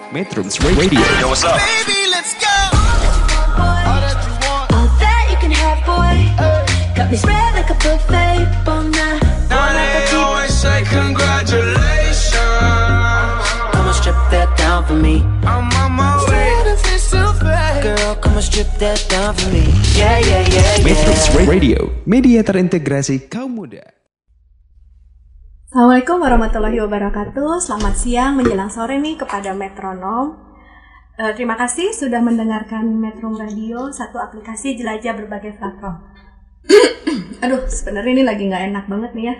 Metrums Radio. Yo, what's up? Baby, let's go. All that you want, All that you can have, boy. Got me spread like a buffet, bon night. now they always say congratulations. Come on, strip that down for me. I'm on my way. Girl, come on, strip that down for me. Yeah, yeah, yeah, Metrums yeah. Radio, media terintegrasi kaum muda. Assalamualaikum warahmatullahi wabarakatuh. Selamat siang menjelang sore nih kepada metronom. Terima kasih sudah mendengarkan Metrum Radio, satu aplikasi jelajah berbagai platform. Aduh, sebenarnya ini lagi nggak enak banget nih ya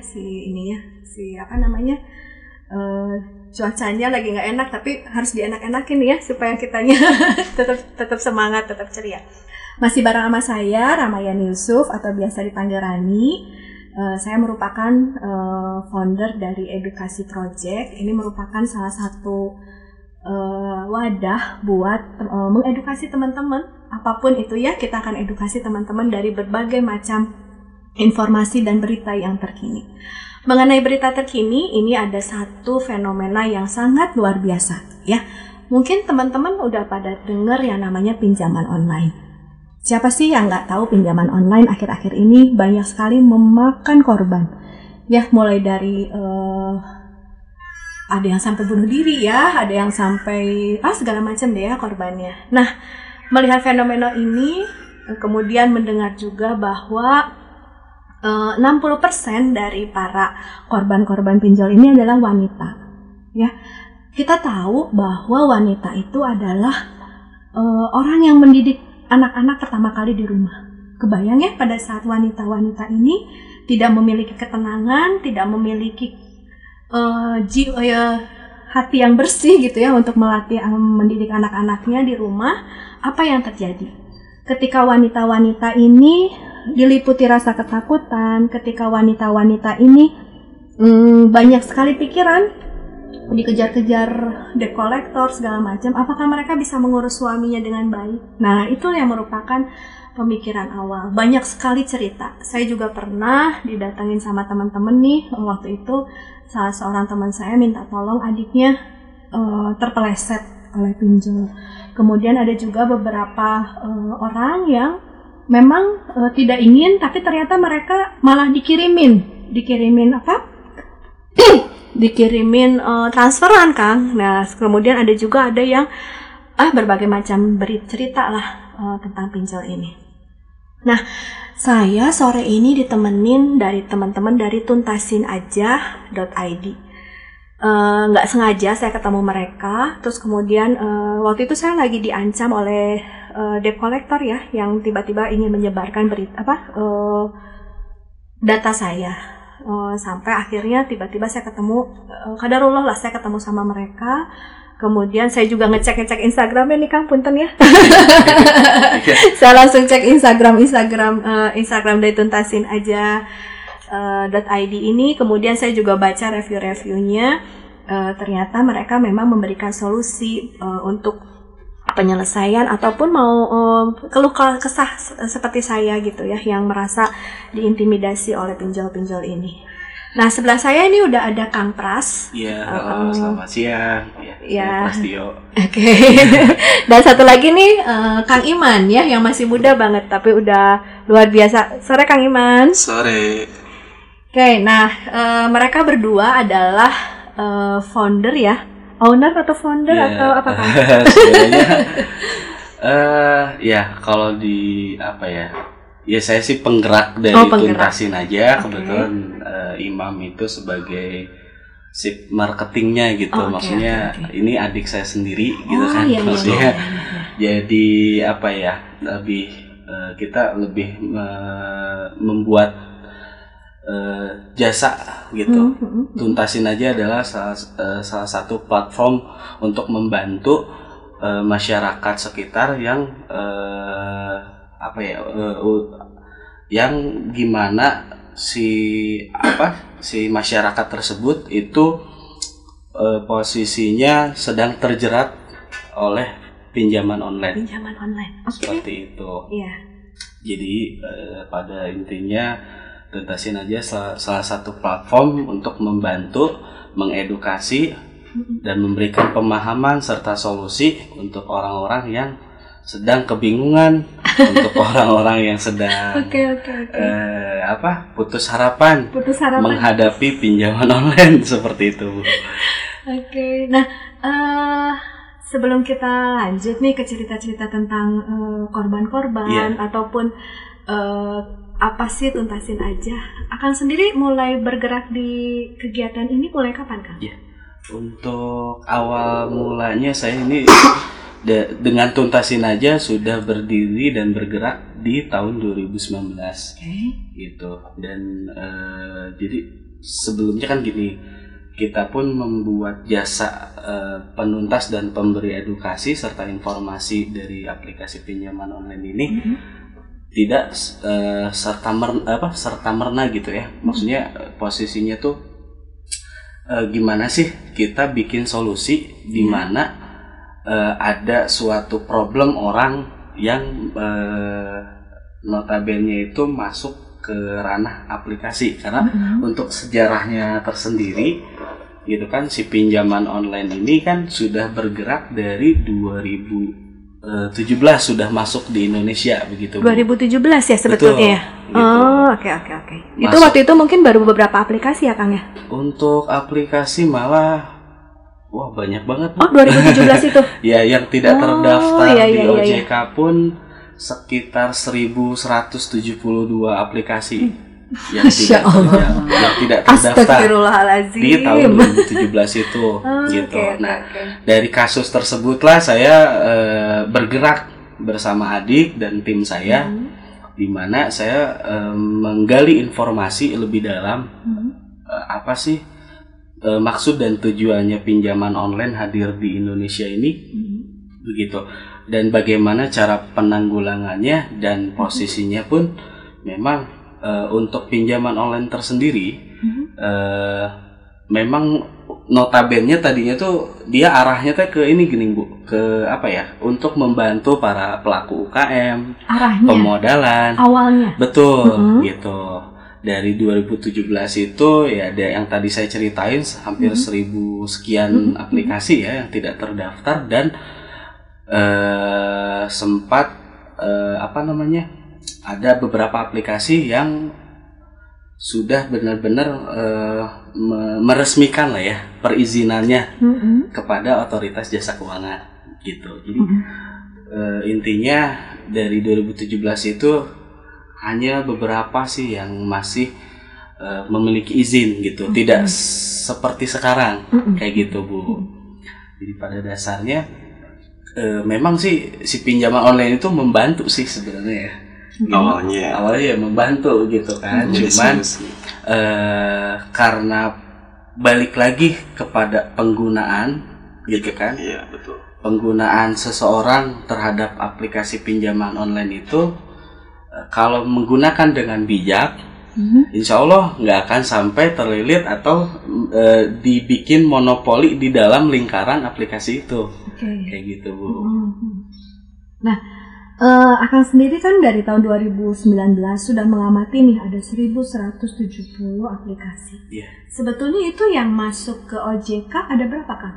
cuacanya lagi nggak enak, tapi harus dienak-enakin ya supaya kitanya tetap semangat, tetap ceria. Masih bareng sama saya Ramayani Yusuf atau biasa dipanggil Rani. Saya merupakan founder dari Edukasi Project. Ini merupakan salah satu wadah buat mengedukasi teman-teman. Apapun itu ya, kita akan edukasi teman-teman dari berbagai macam informasi dan berita yang terkini. Mengenai berita terkini, ini ada satu fenomena yang sangat luar biasa ya. Mungkin teman-teman udah pada dengar yang namanya pinjaman online. Siapa sih yang nggak tahu pinjaman online akhir-akhir ini banyak sekali memakan korban. Ya, mulai dari ada yang sampai bunuh diri ya, ada yang sampai segala macam deh ya korbannya. Nah, melihat fenomena ini, kemudian mendengar juga bahwa 60% dari para korban-korban pinjol ini adalah wanita. Ya, kita tahu bahwa wanita itu adalah orang yang mendidik anak-anak pertama kali di rumah. Kebayang ya, pada saat wanita-wanita ini tidak memiliki ketenangan, tidak memiliki hati yang bersih gitu ya untuk melatih mendidik anak-anaknya di rumah, apa yang terjadi? Ketika wanita-wanita ini diliputi rasa ketakutan, ketika wanita-wanita ini banyak sekali pikiran, dikejar-kejar debt collector segala macam, apakah mereka bisa mengurus suaminya dengan baik? Nah, itu yang merupakan pemikiran awal. Banyak sekali cerita. Saya juga pernah didatengin sama teman-teman nih. Waktu itu salah seorang teman saya minta tolong adiknya terpeleset oleh pinjol. Kemudian ada juga beberapa orang yang memang tidak ingin, tapi ternyata mereka malah dikirimin apa? Dikirimin transferan, Kang. Nah, kemudian ada juga yang berbagai macam cerita lah tentang pinjol ini. Nah, saya sore ini ditemenin dari teman-teman dari tuntasinaja.id. Nggak sengaja saya ketemu mereka, terus kemudian waktu itu saya lagi diancam oleh debt collector ya, yang tiba-tiba ingin menyebarkan data saya. Sampai akhirnya tiba-tiba saya ketemu, qadarullah lah saya ketemu sama mereka. Kemudian saya juga ngecek Instagramnya nih, Kang, punten ya. Saya langsung cek Instagram dari tuntasinaja.id ini. Kemudian saya juga baca review-reviewnya. Ternyata mereka memang memberikan solusi untuk penyelesaian ataupun mau keluh kesah seperti saya gitu ya, yang merasa diintimidasi oleh pinjol-pinjol ini. Nah, sebelah saya ini udah ada Kang Pras. Iya, selamat siang. Ya. Prastio. Oke. Dan satu lagi nih Kang Iman ya, yang masih muda banget tapi udah luar biasa. Sore Kang Iman. Sore. Oke, nah mereka berdua adalah founder ya. Owner atau founder atau apa Kang? Sebenarnya kalau di apa ya? Ya saya sih penggerak dari Tuntasin aja. Kebetulan Imam itu sebagai sip marketingnya gitu. Maksudnya ini adik saya sendiri gitu kan. Iya, maksudnya iya. Jadi apa ya? Kita lebih membuat jasa gitu. Tuntasin aja adalah salah satu platform untuk membantu masyarakat sekitar yang yang gimana si masyarakat tersebut itu posisinya sedang terjerat oleh pinjaman online. Seperti itu. Iya. Jadi pada intinya Tuntasin aja salah satu platform untuk membantu mengedukasi dan memberikan pemahaman serta solusi untuk orang-orang yang sedang kebingungan, untuk orang-orang yang sedang putus harapan menghadapi pinjaman online seperti itu, Bu. Nah, sebelum kita lanjut nih ke cerita-cerita tentang korban-korban ataupun apa sih Tuntasin Aja, Akang sendiri mulai bergerak di kegiatan ini mulai kapan, Kang? Ya, untuk awal mulanya saya ini dengan Tuntasin Aja sudah berdiri dan bergerak di tahun 2019, gitu. Dan jadi sebelumnya kan gini, kita pun membuat jasa penuntas dan pemberi edukasi serta informasi dari aplikasi pinjaman online ini tidak serta merna gitu ya. Maksudnya posisinya tuh gimana sih kita bikin solusi di mana ada suatu problem orang yang notabene itu masuk ke ranah aplikasi, karena untuk sejarahnya tersendiri gitu kan, si pinjaman online ini kan sudah bergerak dari 2017 sudah masuk di Indonesia begitu, Bu. 2017 ya sebetulnya. Betul, gitu. Oke. Itu waktu itu mungkin baru beberapa aplikasi ya, Kang ya? Untuk aplikasi malah banyak banget. 2017 itu. Ya, yang tidak terdaftar di OJK pun sekitar 1172 aplikasi yang tidak terdaftar di tahun 2017 itu, gitu. Dari kasus tersebutlah saya bergerak bersama adik dan tim saya, di mana saya menggali informasi lebih dalam apa sih maksud dan tujuannya pinjaman online hadir di Indonesia ini, begitu, dan bagaimana cara penanggulangannya, dan posisinya pun memang untuk pinjaman online tersendiri memang notabene tadinya tuh dia arahnya tuh ke ini gini, Bu, ke apa ya, untuk membantu para pelaku UKM, pemodalan awalnya, betul, gitu. Dari 2017 itu ya ada yang tadi saya ceritain hampir 1000 sekian aplikasi ya yang tidak terdaftar, dan sempat ada beberapa aplikasi yang sudah benar-benar meresmikan lah ya perizinannya kepada otoritas jasa keuangan, gitu. Jadi intinya dari 2017 itu hanya beberapa sih yang masih memiliki izin gitu, tidak seperti sekarang kayak gitu, Bu. Jadi pada dasarnya memang sih si pinjaman online itu membantu sih sebenarnya ya. Awalnya membantu gitu kan, cuman karena balik lagi kepada penggunaan gitu kan, betul. Penggunaan seseorang terhadap aplikasi pinjaman online itu kalau menggunakan dengan bijak, insya Allah nggak akan sampai terlilit atau dibikin monopoli di dalam lingkaran aplikasi itu, kayak gitu, Bu. Nah, Akang sendiri kan dari tahun 2019 sudah mengamati nih ada 1170 aplikasi. Sebetulnya itu yang masuk ke OJK ada berapa, Kang?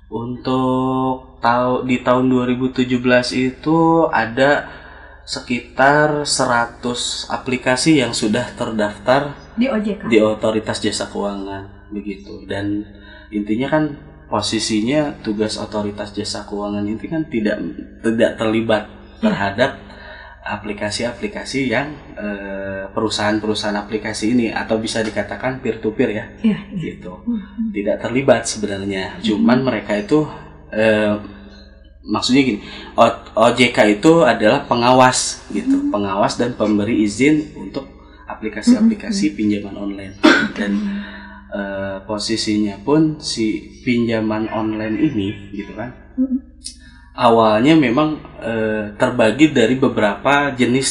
Untuk di tahun 2017 itu ada sekitar 100 aplikasi yang sudah terdaftar di OJK, di Otoritas Jasa Keuangan, begitu. Dan intinya kan posisinya tugas Otoritas Jasa Keuangan ini kan tidak terlibat terhadap aplikasi-aplikasi yang perusahaan-perusahaan aplikasi ini, atau bisa dikatakan peer to peer ya, gitu. Tidak terlibat sebenarnya, cuman mereka itu maksudnya gini, OJK itu adalah pengawas gitu, pengawas dan pemberi izin untuk aplikasi-aplikasi pinjaman online. Dan posisinya pun si pinjaman online ini gitu kan, awalnya memang terbagi dari beberapa jenis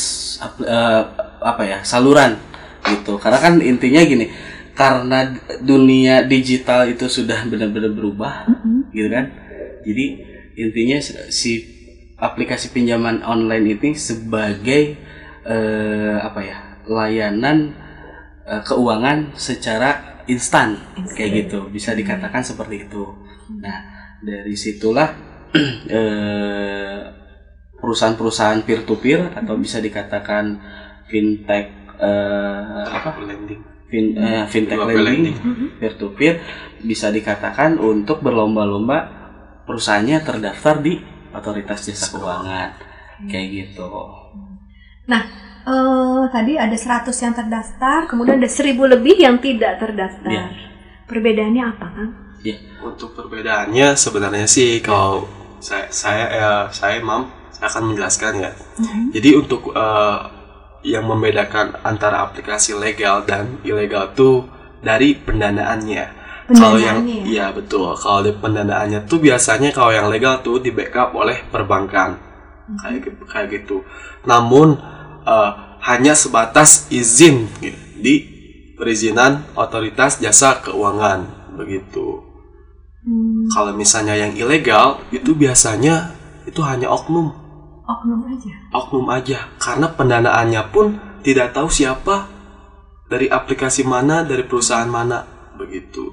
saluran gitu. Karena kan intinya gini, karena dunia digital itu sudah benar-benar berubah gitu kan. Jadi intinya si aplikasi pinjaman online ini sebagai layanan keuangan secara instan kayak gitu, bisa dikatakan seperti itu. Nah dari situlah perusahaan-perusahaan peer to peer atau bisa dikatakan fintech fintech lending peer to peer bisa dikatakan untuk berlomba-lomba perusahaannya terdaftar di otoritas jasa keuangan kayak gitu. Nah tadi ada 100 yang terdaftar, kemudian ada 1.000 lebih yang tidak terdaftar. Ya. Perbedaannya apa, Kang? Ya. Untuk perbedaannya sebenarnya sih kalau saya akan menjelaskan ya. Jadi untuk yang membedakan antara aplikasi legal dan ilegal itu dari pendanaannya. Kalau yang ya betul, kalau di pendanaannya tuh biasanya kalau yang legal tuh di backup oleh perbankan kayak gitu. Namun hanya sebatas izin gitu, di perizinan otoritas jasa keuangan begitu. Kalau misalnya yang ilegal itu biasanya itu hanya oknum aja karena pendanaannya pun tidak tahu siapa, dari aplikasi mana, dari perusahaan mana begitu.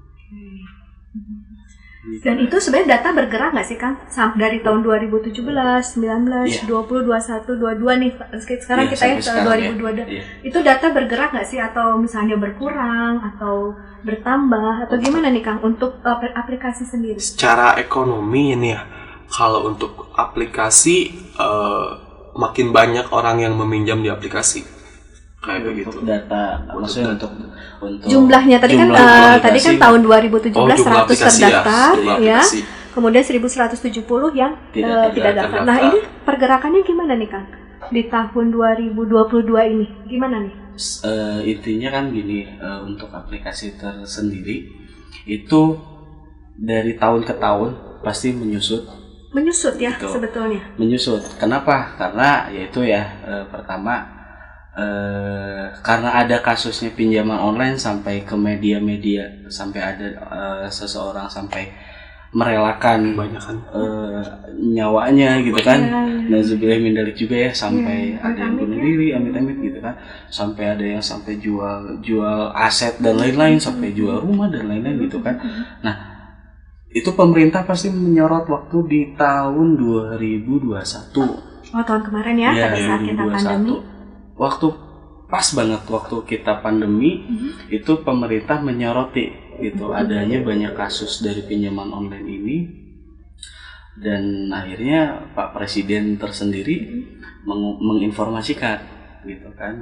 Dan itu sebenarnya data bergerak nggak sih, Kang? Dari tahun 2017, 19, 20, 21, 22 nih sekarang kita ya 2022. Itu data bergerak nggak sih, atau misalnya berkurang atau bertambah atau gimana nih, Kang, untuk aplikasi sendiri? Secara ekonomi ini ya, kalau untuk aplikasi makin banyak orang yang meminjam di aplikasi kayak begitu. Data maksudnya untuk jumlahnya tadi kan tahun 2017 100 terdaftar ya. Kemudian 1170 yang tidak daftar. Nah, ini pergerakannya gimana nih, Kang? Di tahun 2022 ini gimana nih? Intinya kan gini, untuk aplikasi tersendiri itu dari tahun ke tahun pasti menyusut ya gitu. Sebetulnya menyusut. Kenapa? Karena yaitu pertama karena ada kasusnya pinjaman online sampai ke media-media, sampai ada seseorang sampai merelakan nyawanya gitu kan. Nauzubillah min dzalik juga ya, sampai ada yang bunuh diri, amit-amit gitu kan. Sampai ada yang sampai jual aset dan lain-lain, sampai jual rumah dan lain-lain gitu kan. Nah, itu pemerintah pasti menyorot waktu di tahun 2021. Oh, tahun kemarin ya, pada saat kita pandemi. Waktu pas banget waktu kita pandemi, itu pemerintah menyoroti gitu adanya banyak kasus dari pinjaman online ini, dan akhirnya Pak Presiden tersendiri menginformasikan gitu kan,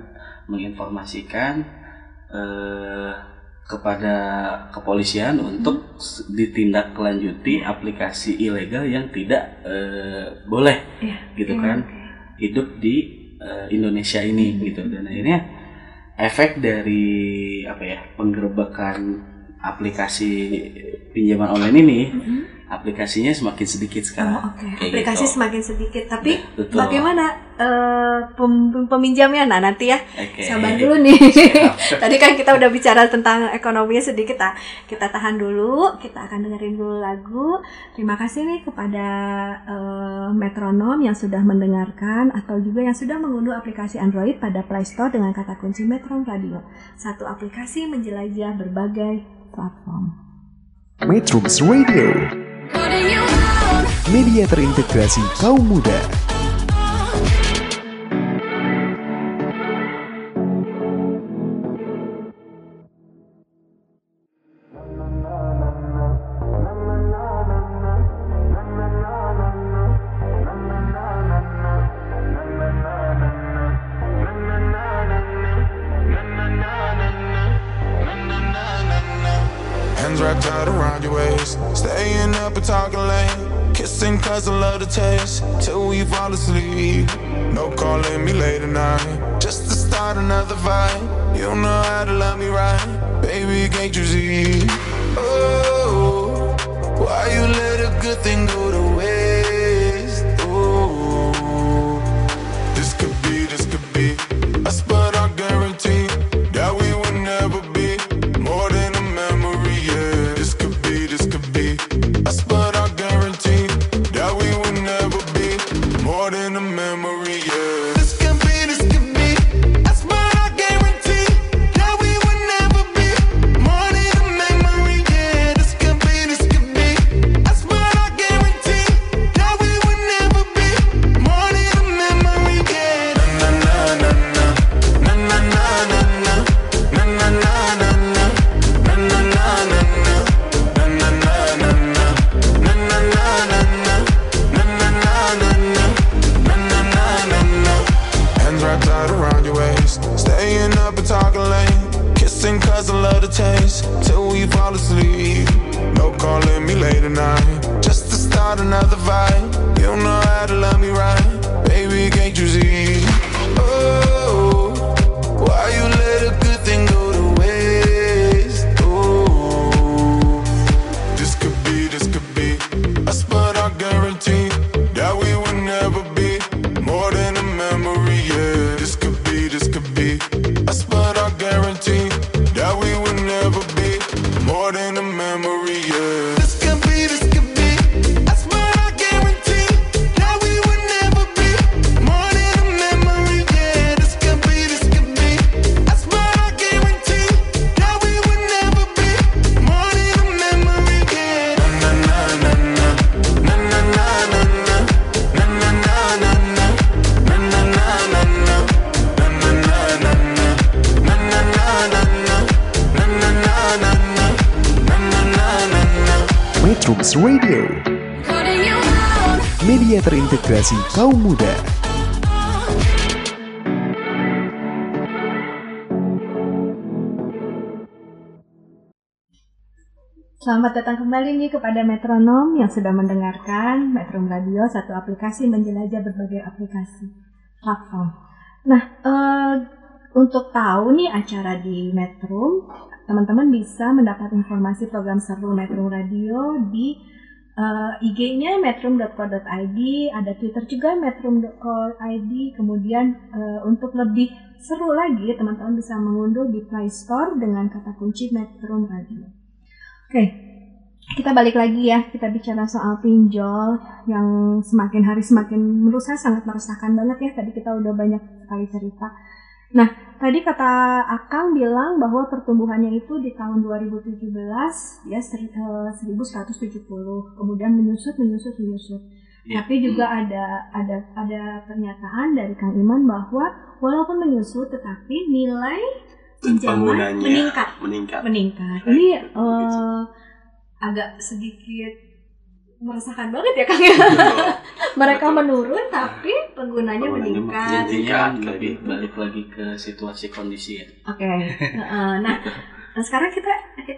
kepada kepolisian untuk ditindaklanjuti aplikasi ilegal yang tidak boleh gitu kan hidup di Indonesia ini gitu. Dan akhirnya efek dari penggerebekan aplikasi pinjaman online ini, aplikasinya semakin sedikit sekarang. Aplikasi gitu. Semakin sedikit, tapi bagaimana peminjamnya? Nah, nanti ya, sabar dulu nih. Tadi kan kita udah bicara tentang ekonominya sedikit, kita tahan dulu, kita akan dengerin dulu lagu. Terima kasih nih kepada metronom yang sudah mendengarkan atau juga yang sudah mengunduh aplikasi Android pada Play Store dengan kata kunci Metron Radio. Satu aplikasi menjelajah berbagai platform. Metrums Radio, media terintegrasi kaum muda. Wrapped out around your waist, staying up and talking late, kissing cause I love the taste, till we fall asleep. No calling me late at night, just to start another fight. You know how to love me right, baby, can't you see? Oh, why you let a good thing go to waste? Oh, this could be us, but I guarantee that we would never be more than a memory. Yeah, this could be us, but I guarantee that we would never be more than a memory. Yeah, this could be us, but I guarantee that we would never be more another vibe. You know how to love me right, baby, can't you see? Oh, why you let a good thing go to waste? Oh, this could be us, but I guarantee that we will never be more than a memory. Yeah, this could be us, but I guarantee that we will never be more than a memory. Yeah, this could be us, but I guarantee that we will never be more than a memory. Yeah, this could be us, but I guarantee that we will never be more than a memory. Yeah, na na na na na na na na na na na na na na na na Metrums Radio, media terintegrasi kaum muda. Selamat datang kembali nih kepada metronom yang sudah mendengarkan Metrum Radio, satu aplikasi menjelajah berbagai aplikasi platform. Nah, untuk tahu nih acara di Metrum, teman-teman bisa mendapat informasi program seru Metrum Radio di IG-nya metrum.co.id, ada Twitter juga metrum.co.id. Kemudian untuk lebih seru lagi, teman-teman bisa mengunduh di Play Store dengan kata kunci Metrum Radio. Oke, kita balik lagi ya, kita bicara soal pinjol yang semakin hari semakin menurut saya sangat meresahkan banget ya. Tadi kita udah banyak sekali cerita. Nah, tadi kata Akang bilang bahwa pertumbuhannya itu di tahun 2017 ya 1170, kemudian menyusut. Ya. Tapi juga ada pernyataan dari Kang Iman bahwa walaupun menyusut tetapi nilai pinjaman meningkat. Ini agak sedikit meresahkan banget ya Kang ya. Mereka menurun tapi penggunanya meningkat. Intinya lebih balik lagi ke situasi kondisi ya. Oke. Nah, sekarang kita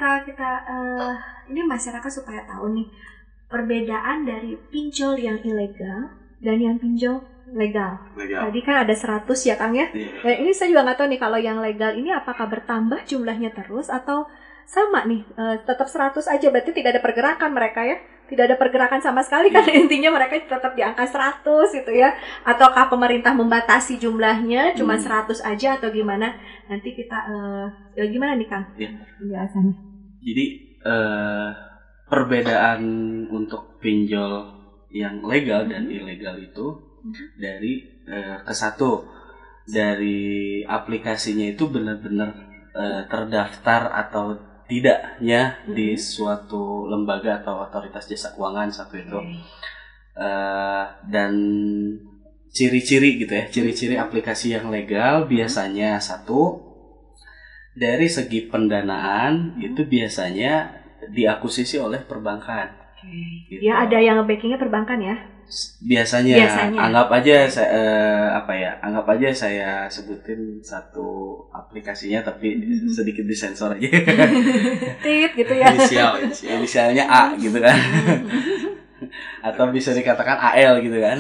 ini masyarakat supaya tahu nih perbedaan dari pinjol yang ilegal dan yang pinjol legal. Tadi kan ada 100 ya Kang ya. Yeah. Nah, ini saya juga nggak tahu nih kalau yang legal ini apakah bertambah jumlahnya terus atau sama nih, tetap 100 aja, berarti tidak ada pergerakan mereka ya. Tidak ada pergerakan sama sekali kan, intinya mereka tetap di angka 100 gitu ya. Ataukah pemerintah membatasi jumlahnya cuma 100 aja atau gimana? Nanti kita gimana nih Kang? Ya. Penjelasannya. Jadi perbedaan untuk pinjol yang legal dan ilegal itu dari kesatu dari aplikasinya itu benar-benar terdaftar atau tidaknya di suatu lembaga atau otoritas jasa keuangan satu itu. Dan ciri-ciri gitu ya, ciri-ciri aplikasi yang legal biasanya satu, dari segi pendanaan itu biasanya diakuisisi oleh perbankan. Gitu. Ya ada yang backingnya perbankan ya. Biasanya. Anggap aja anggap aja saya sebutin satu aplikasinya tapi sedikit disensor aja. Tit gitu ya. Inisialnya A gitu kan. Atau bisa dikatakan AL gitu kan.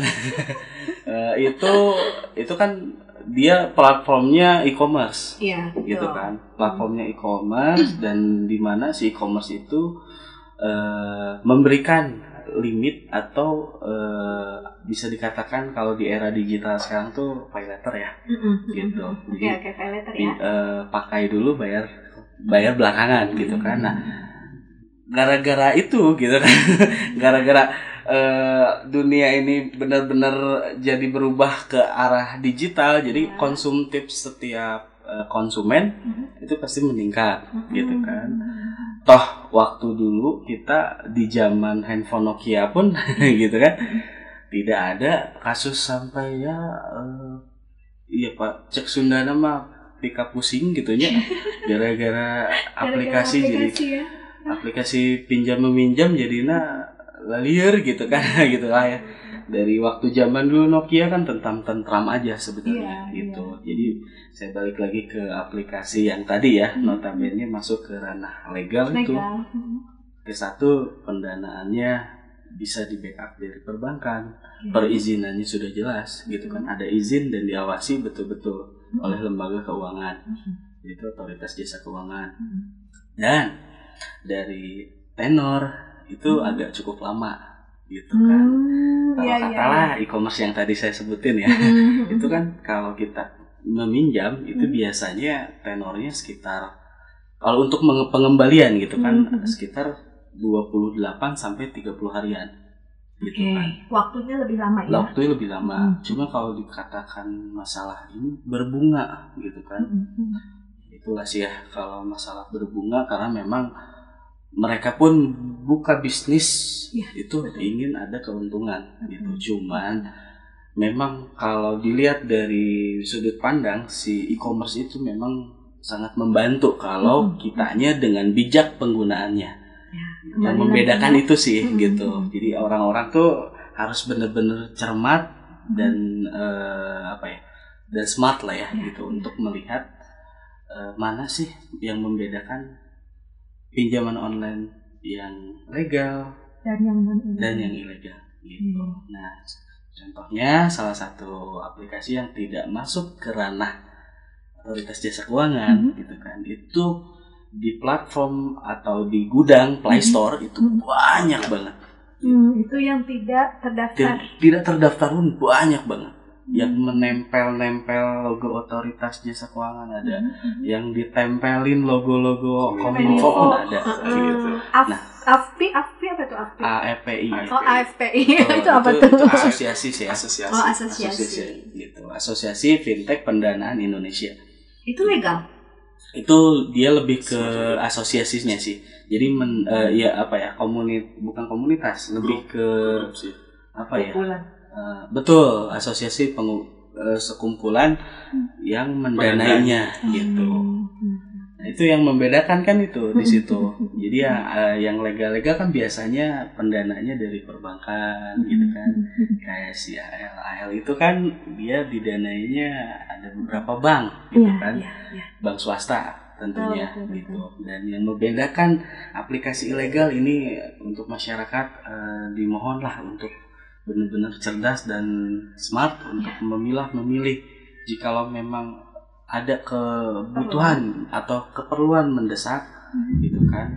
Itu kan dia platformnya e-commerce. Iya, gitu kan. Platformnya e-commerce dan di mana si e-commerce itu memberikan limit atau bisa dikatakan kalau di era digital sekarang tuh pay later ya. Gitu. Jadi pay later ya. Pakai dulu bayar belakangan gitu kan. Nah, gara-gara itu gitu kan. Gara-gara dunia ini benar-benar jadi berubah ke arah digital, jadi konsumtif setiap konsumen itu pasti meningkat gitu kan. Toh waktu dulu kita di zaman handphone Nokia pun gitu kan tidak ada kasus sampai iya Pak cek Sundana mah pika pusing gitunya gara-gara aplikasi jadi ya. Aplikasi pinjam meminjam jadinya liar gitu kan gitu lah ya. Dari waktu zaman dulu Nokia kan tentram aja sebenarnya gitu. Jadi saya balik lagi ke aplikasi yang tadi ya, notabene masuk ke ranah legal. Itu. Ke satu pendanaannya bisa di backup dari perbankan. Perizinannya sudah jelas gitu kan, ada izin dan diawasi betul-betul oleh lembaga keuangan, itu otoritas jasa keuangan. Dan dari tenor itu agak cukup lama gitu kan. Kalau katalah e-commerce yang tadi saya sebutin ya, itu kan kalau kita meminjam itu biasanya tenornya sekitar, kalau untuk pengembalian gitu kan, sekitar 28 sampai 30 harian gitu kan. Waktunya lebih lama ya? Waktunya lebih lama. Cuma kalau dikatakan masalah ini berbunga gitu kan, itulah sih ya kalau masalah berbunga, karena memang mereka pun buka bisnis itu ingin ada keuntungan gitu. Cuman memang kalau dilihat dari sudut pandang si e-commerce itu memang sangat membantu kalau kitanya dengan bijak penggunaannya. Yang membedakan itu sih gitu. Jadi orang-orang tuh harus benar-benar cermat dan dan smart lah ya gitu untuk melihat mana sih yang membedakan pinjaman online yang legal dan yang ilegal gitu. Nah, contohnya salah satu aplikasi yang tidak masuk ke ranah otoritas jasa keuangan gitu kan, itu di platform atau di gudang Play Store itu banyak banget. Itu yang tidak terdaftar. Tidak terdaftar pun banyak banget. Yang menempel-nempel logo otoritas jasa keuangan ada, yang ditempelin logo-logo Kominfo pun ada gitu. Nah, AFPI apa tuh AFPI? AFPI. Oh, AFPI. Itu apa tuh? Itu asosiasi sih, Asosiasi gitu. Asosiasi Fintech Pendanaan Indonesia. Itu legal? Itu dia lebih ke asosiasinya sih. Jadi bukan komunitas, lebih ke apa ya? Betul, asosiasi sekumpulan yang mendanainya gitu. Nah, itu yang membedakan kan itu di situ. Jadi yang legal-legal kan biasanya pendananya dari perbankan gitu kan. Kayak si AL itu kan dia didanainya ada beberapa bank gitu kan. Bank swasta tentunya gitu. Dan yang membedakan aplikasi ilegal ini untuk masyarakat dimohonlah untuk benar-benar cerdas dan smart untuk memilih jikalau memang ada kebutuhan atau keperluan mendesak gitu kan,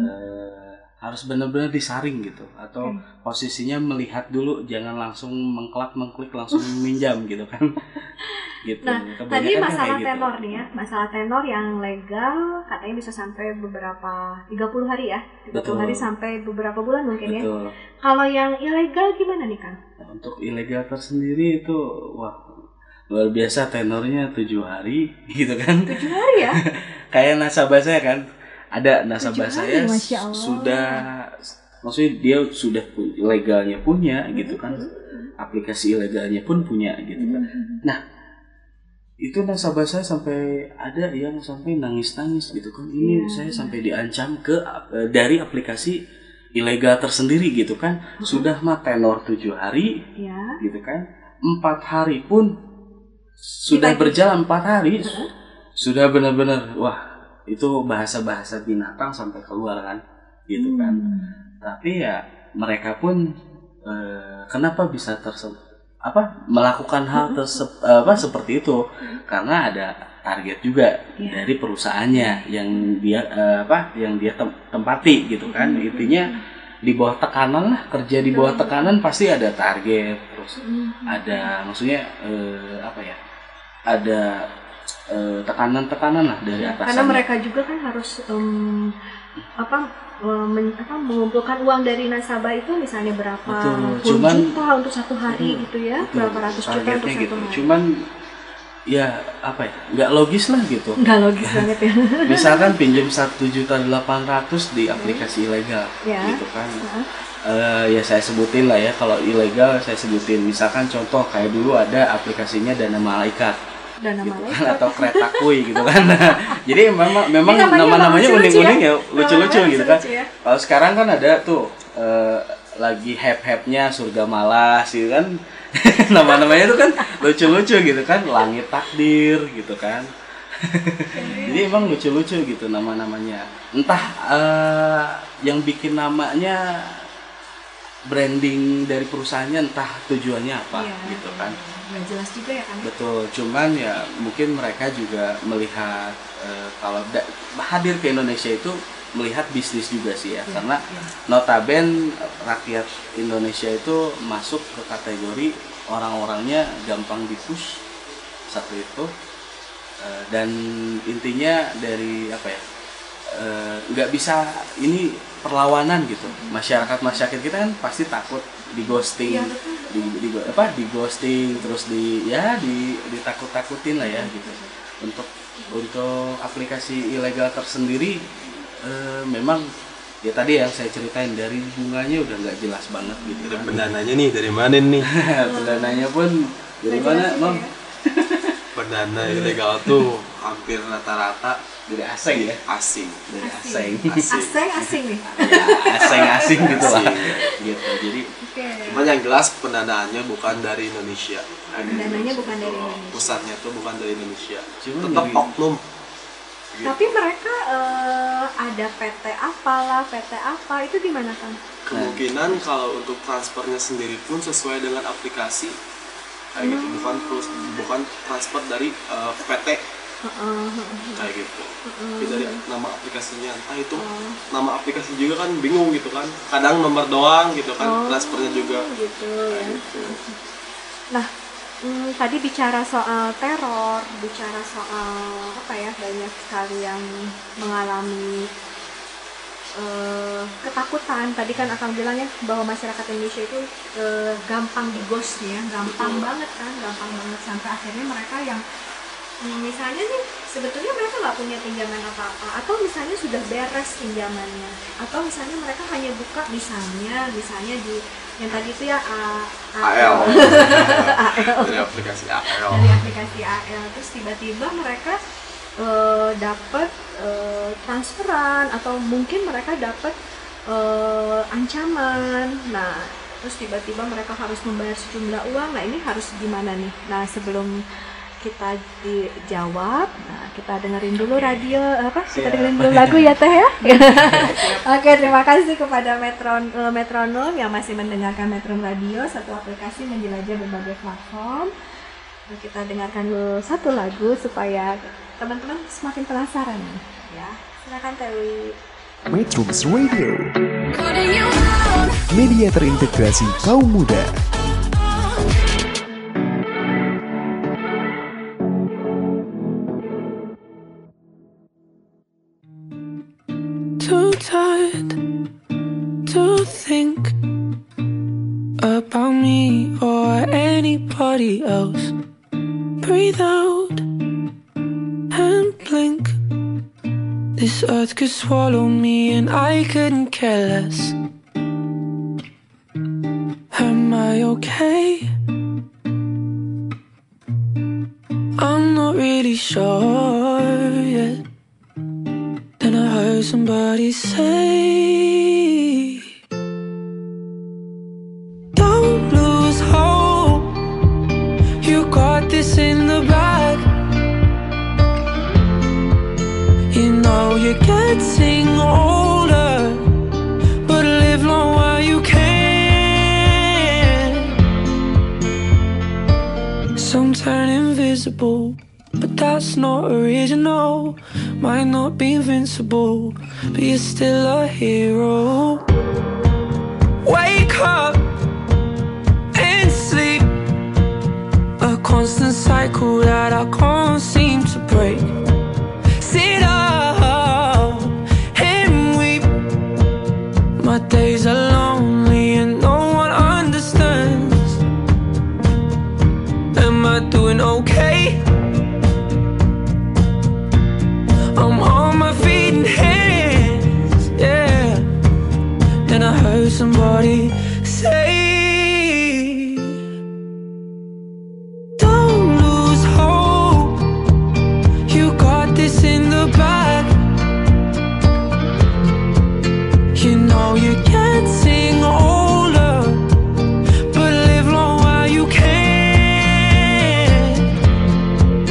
harus benar-benar disaring gitu, atau posisinya melihat dulu, jangan langsung mengklik langsung minjam gitu kan. Gitu. Nah, tadi masalah tenor gitu. Nih ya, masalah tenor yang legal katanya bisa sampai beberapa 30 hari ya, 30 hari sampai beberapa bulan mungkin. Betul. Ya. Kalau yang ilegal gimana nih Kang? Nah, untuk ilegal tersendiri itu luar biasa, tenornya 7 hari gitu kan. 7 hari ya? Kayak nasabah saya kan, ada nasabah saya sudah, maksudnya dia sudah legalnya punya gitu kan, aplikasi ilegalnya pun punya gitu kan. Nah, itu nasabah saya sampai ada yang sampai nangis-nangis gitu kan, ini saya sampai diancam dari aplikasi ilegal tersendiri gitu kan. Sudah mah tenor 7 hari gitu kan, 4 hari pun sudah berjalan, 4 hari sudah benar-benar itu bahasa-bahasa binatang sampai keluar kan gitu kan. Tapi ya mereka pun kenapa bisa melakukan hal seperti itu, karena ada target juga dari perusahaannya yang dia tempati gitu kan. Intinya di bawah tekanan lah, kerja di bawah tekanan pasti ada target, terus ada maksudnya ada tekanan-tekanan lah dari atasannya. Karena mereka juga kan harus mengumpulkan uang dari nasabah itu misalnya berapa juta untuk 1 hari gitu ya, berapa ratus juta untuk 1 hari. Cuman ya nggak logis lah gitu. Nggak logis banget ya. Misalkan pinjam 1.800.000 di aplikasi ilegal gitu kan. Ya saya sebutin lah ya, kalau ilegal saya sebutin. Misalkan contoh kayak dulu ada aplikasinya Dana Malaikat. Atau Kereta Kuy gitu kan. Jadi memang nama-namanya unik-unik ya, lucu-lucu gitu kan. Kalau sekarang kan ada tuh lagi hype-hype-nya Surga Malas gitu kan. Nama-namanya tuh kan lucu-lucu gitu kan, Langit Takdir gitu kan. Jadi emang lucu-lucu gitu nama-namanya. Entah yang bikin namanya branding dari perusahaannya entah tujuannya apa gitu kan. Nggak jelas juga ya kan. Betul, cuman ya mungkin mereka juga melihat kalau hadir ke Indonesia itu melihat bisnis juga sih ya, karena notaben rakyat Indonesia itu masuk ke kategori orang-orangnya gampang dipush satu itu, dan intinya dari apa ya, nggak bisa ini perlawanan gitu. Masyarakat kita kan pasti takut di ghosting, di ghosting terus ditakut-takutin lah ya gitu. Untuk aplikasi ilegal tersendiri memang ya tadi yang saya ceritain, dari bunganya udah nggak jelas banget gitu. Pendananya nih dari mana nih? Pendananya pun dari mana, Mam? Pendana ilegal tuh hampir rata-rata dari asing ya? Asing nih. Asing gitu lah. Gitu. Jadi cuman yang jelas pendanaannya bukan dari Indonesia. Pendananya bukan dari Indonesia. Pusatnya tuh bukan dari Indonesia. Tetap oknum. Gitu. Tapi mereka ada PT apalah, PT apa, itu gimana kan? Kemungkinan kalau untuk transfernya sendiri pun sesuai dengan aplikasi kayak gitu, bukan transfer dari PT kayak gitu. Tapi dari nama aplikasinya, entah itu nama aplikasi juga kan bingung gitu kan, kadang nomor doang gitu kan, transfernya juga gitu ya. Gitu. Nah, tadi bicara soal teror, bicara soal apa ya, banyak sekali yang mengalami ketakutan. Tadi kan Akang bilang ya bahwa masyarakat Indonesia itu gampang di ghost ya, gampang banget kan, gampang banget sampai akhirnya mereka yang misalnya nih sebetulnya mereka nggak punya pinjaman apa-apa, atau misalnya sudah beres pinjamannya, atau misalnya mereka hanya buka misalnya di yang tadi itu ya AL. Dari aplikasi AL, terus tiba-tiba mereka dapat transferan, atau mungkin mereka dapat ancaman. Nah, terus tiba-tiba mereka harus membayar sejumlah uang. Nah, ini harus gimana nih? Nah, sebelum kita dijawab, nah kita dengerin dulu radio kita dengerin dulu lagu ya Teh ya. Oke, terima kasih kepada Metronom yang masih mendengarkan Metron Radio, satu aplikasi menjelajah berbagai platform. Nah, kita dengarkan dulu satu lagu supaya teman-teman semakin penasaran ya. Silakan Tewi. Metrums Radio, media terintegrasi kaum muda. Too tired to think about me or anybody else. Breathe out and blink. This earth could swallow me and I couldn't care less. Am I okay? I'm not really sure yet. Then I heard somebody say, don't lose hope, you got this in the bag. You know you're getting older, but live long while you can. Some turn invisible, but that's not original. Might not be invincible, but you're still a hero. Wake up and sleep, a constant cycle that I can't seem to break. Sit up and weep, my days are lonely and no one understands. Am I doing okay? I'm on my feet and hands, yeah. Then I heard somebody say, don't lose hope, you got this in the bag. You know you're getting older, but live long while you can.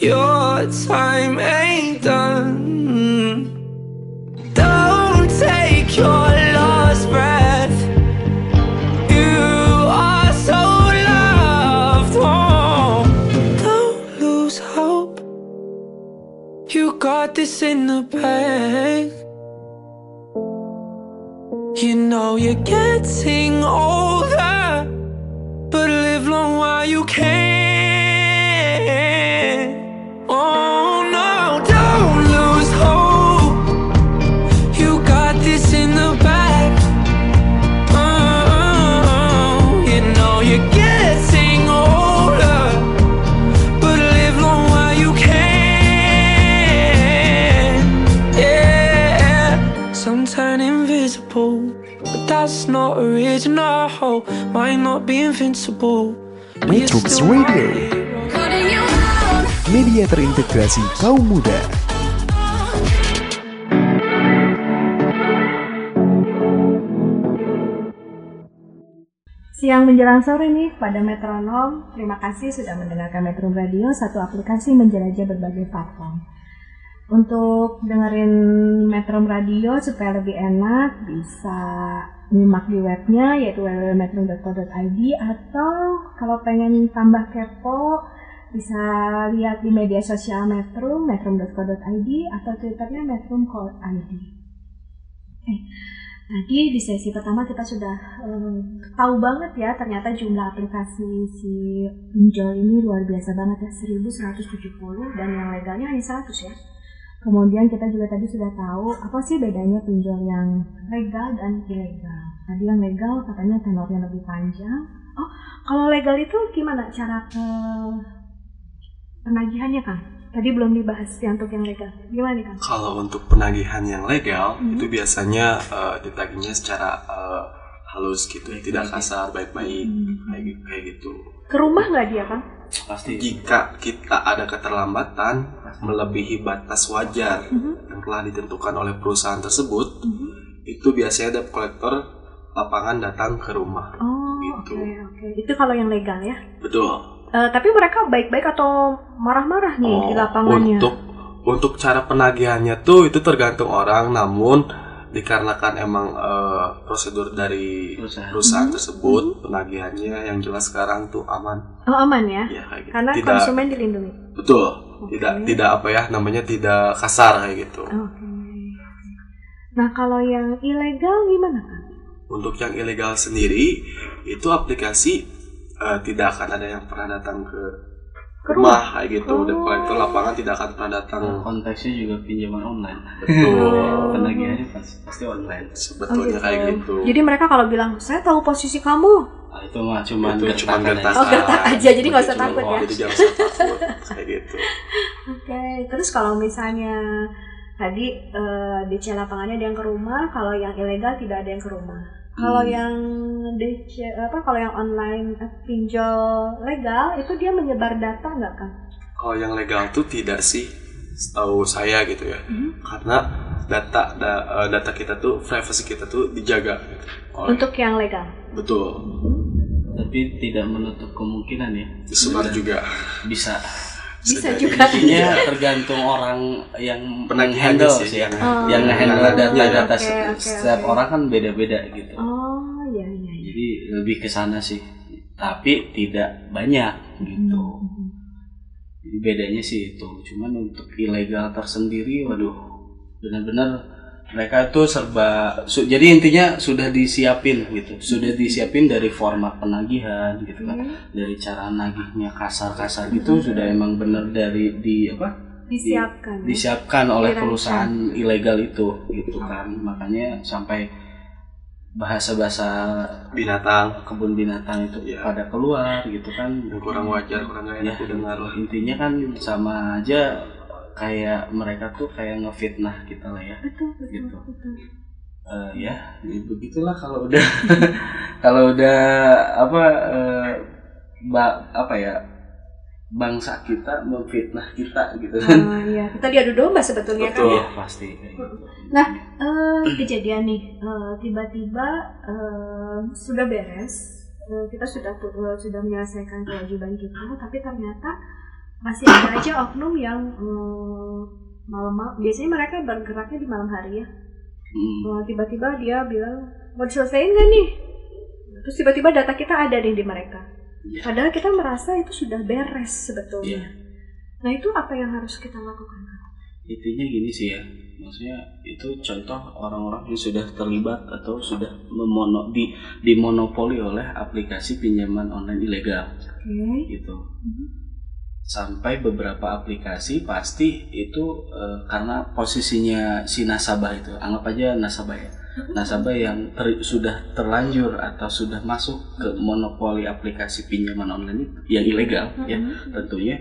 your time ain't done. Don't take your last breath. You are so loved. Oh, don't lose hope. You got this in the bag. You know you're getting older, but live long while you can. Oh no, don't lose hope. You got this in the bag. You know you're getting older, but live long while you can. Yeah, some turn invisible, but that's not original. Might not be invincible. Metrums Radio, media terintegrasi kaum muda. Siang menjelang sore nih pada metronom. Terima kasih sudah mendengarkan Metrum Radio, satu aplikasi menjelajah berbagai platform. Untuk dengerin Metrum Radio supaya lebih enak, bisa nyimak di webnya yaitu www.metrum.co.id, atau kalau pengen tambah kepo bisa lihat di media sosial Metrum, metrum.co.id, atau Twitternya metrum.co.id. Tadi di sesi pertama kita sudah tahu banget ya, ternyata jumlah aplikasi si pinjol ini luar biasa banget ya, 1170, dan yang legalnya hanya 100 ya. Kemudian kita juga tadi sudah tahu apa sih bedanya pinjol yang legal dan ilegal. Tadi yang legal katanya tenornya lebih panjang. Oh, kalau legal itu gimana cara penagihannya, Kang? Tadi belum dibahas ya untuk yang legal. Gimana nih, Kang? Kalau untuk penagihan yang legal itu biasanya ditagihnya secara halus gitu, tidak kasar, baik-baik kayak gitu. Ke rumah nggak dia, Kang? Pasti. Jika kita ada keterlambatan melebihi batas wajar yang telah ditentukan oleh perusahaan tersebut, itu biasanya debt collector lapangan datang ke rumah. Oh, gitu. Oke. Itu kalau yang legal ya? Betul. Tapi mereka baik-baik atau marah-marah nih di lapangannya? Untuk cara penagihannya tuh itu tergantung orang, namun dikarenakan emang prosedur dari perusahaan tersebut, penagihannya yang jelas sekarang tuh aman. Oh, aman ya? Ya kayak gitu. Karena konsumen dilindungi. Betul. Tidak apa ya namanya, tidak kasar kayak gitu. Oke. Nah, kalau yang ilegal gimana, Kang? Untuk yang ilegal sendiri itu aplikasi tidak akan ada yang pernah datang ke rumah kayak gitu. Debt collector lapangan tidak akan pernah datang. Konteksnya juga pinjaman online. Betul. Penagihannya pasti online. Sebetulnya kayak gitu. Jadi mereka kalau bilang saya tahu posisi kamu, Itu mah cuma gertakan. Oh, gertak aja, jadi nggak usah takut ya. Jadi jangan usah takut kayak gitu. Oke. Terus kalau misalnya tadi DC lapangannya ada yang ke rumah, kalau yang ilegal tidak ada yang ke rumah. Kalau yang kalau yang online pinjol legal itu dia menyebar data nggak, Kang? Kalau yang legal tuh tidak sih, setahu saya gitu ya. Karena data kita tuh, privacy kita tuh dijaga. Untuk yang legal. Betul. Tapi tidak menutup kemungkinan ya. Disebar juga. Bisa juga. Intinya tergantung orang yang Penagihannya handle sih, yang nge-handle data setiap orang kan beda-beda gitu. Oh, iya. Jadi lebih ke sana sih. Tapi tidak banyak gitu. Jadi bedanya sih itu. Cuman untuk ilegal tersendiri, waduh, benar-benar mereka itu serba. Jadi intinya sudah disiapin gitu. Sudah disiapin dari format penagihan gitu kan. Dari cara nagihnya kasar-kasar gitu sudah emang benar dari disiapkan oleh perusahaan ilegal itu gitu kan. Makanya sampai bahasa-bahasa binatang, kebun binatang itu pada keluar gitu kan. Kurang wajar, kurang enak didengar. Intinya kan sama aja kayak mereka tuh kayak ngefitnah kita lah ya. Betul. Ya begitulah kalau udah kalau udah bangsa kita memfitnah kita gitu kan. Iya, kita diadu domba sebetulnya. Betul. Kan ya. Pasti kayak gitu. Nah, kejadian nih tiba-tiba sudah beres, kita sudah menyelesaikan kewajiban kita, tapi ternyata masih ada aja oknum yang malam-malam, biasanya mereka bergeraknya di malam hari ya. Tiba-tiba dia bilang mau diselesain nggak nih, terus tiba-tiba data kita ada deh di mereka, padahal kita merasa itu sudah beres sebetulnya. Nah itu apa yang harus kita lakukan? Intinya gini sih ya, maksudnya itu contoh orang-orang yang sudah terlibat atau sudah dimonopoli oleh aplikasi pinjaman online ilegal, gitu. Sampai beberapa aplikasi pasti itu karena posisinya si nasabah itu, anggap aja nasabah ya, nasabah yang sudah terlanjur atau sudah masuk ke monopoli aplikasi pinjaman online yang ilegal, ya tentunya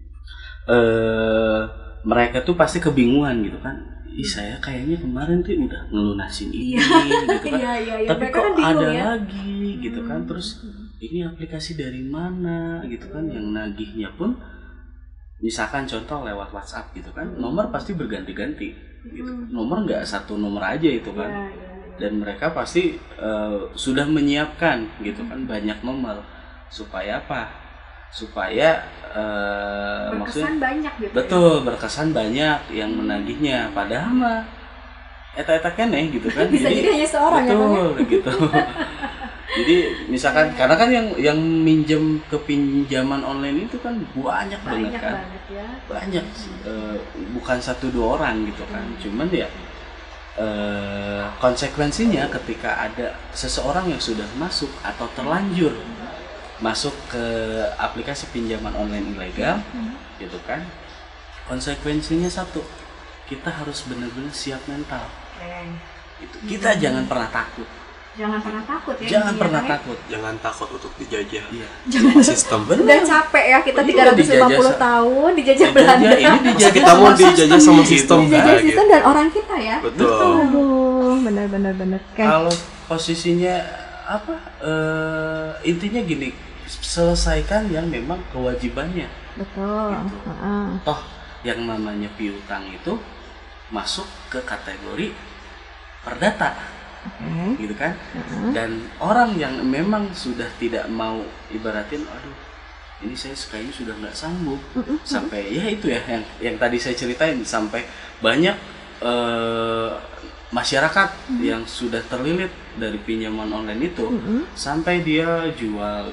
mereka tuh pasti kebingungan gitu kan. Saya kayaknya kemarin tuh udah ngelunasin ini gitu kan, tapi kok kan ada lagi gitu kan. Terus ini aplikasi dari mana gitu kan, yang nagihnya pun misalkan contoh lewat WhatsApp gitu kan, nomor pasti berganti-ganti gitu. Nomor nggak satu nomor aja itu kan, dan mereka pasti sudah menyiapkan gitu kan banyak nomor supaya apa? Supaya berkesan banyak gitu. Betul, berkesan banyak yang menagihnya, padahal mah eta-eta keneh gitu kan. Bisa jadi hanya seorang ya, gitu. Jadi misalkan karena kan yang minjem ke pinjaman online itu kan banyak banget kan. Banyak bukan 1-2 orang gitu kan. Cuman ya konsekuensinya ketika ada seseorang yang sudah masuk atau terlanjur masuk ke aplikasi pinjaman online ilegal gitu kan, konsekuensinya satu, kita harus benar-benar siap mental. Gitu. Kita jangan pernah takut. Jangan pernah takut ya. Jangan pernah takut. Jangan takut untuk dijajah. Jangan sistem. Udah capek ya kita 350 tahun dijajah Belanda. Ini dijajah kita mau dijajah sama sistem. Dijajah sistem dan orang kita ya. Betul. Aduh, benar. Kalau posisinya apa? Intinya gini, selesaikan yang memang kewajibannya. Betul. Gitu. Toh yang namanya piutang itu masuk ke kategori perdata. Gitu kan. Dan orang yang memang sudah tidak mau, ibaratin aduh ini saya kayaknya sudah nggak sanggup, sampai ya itu ya yang tadi saya ceritain, sampai banyak masyarakat yang sudah terlilit dari pinjaman online itu, sampai dia jual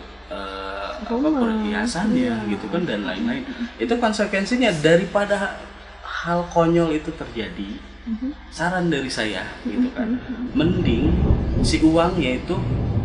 perhiasannya gitu kan dan lain-lain. Itu konsekuensinya. Daripada hal konyol itu terjadi, saran dari saya gitu kan, mending si uangnya itu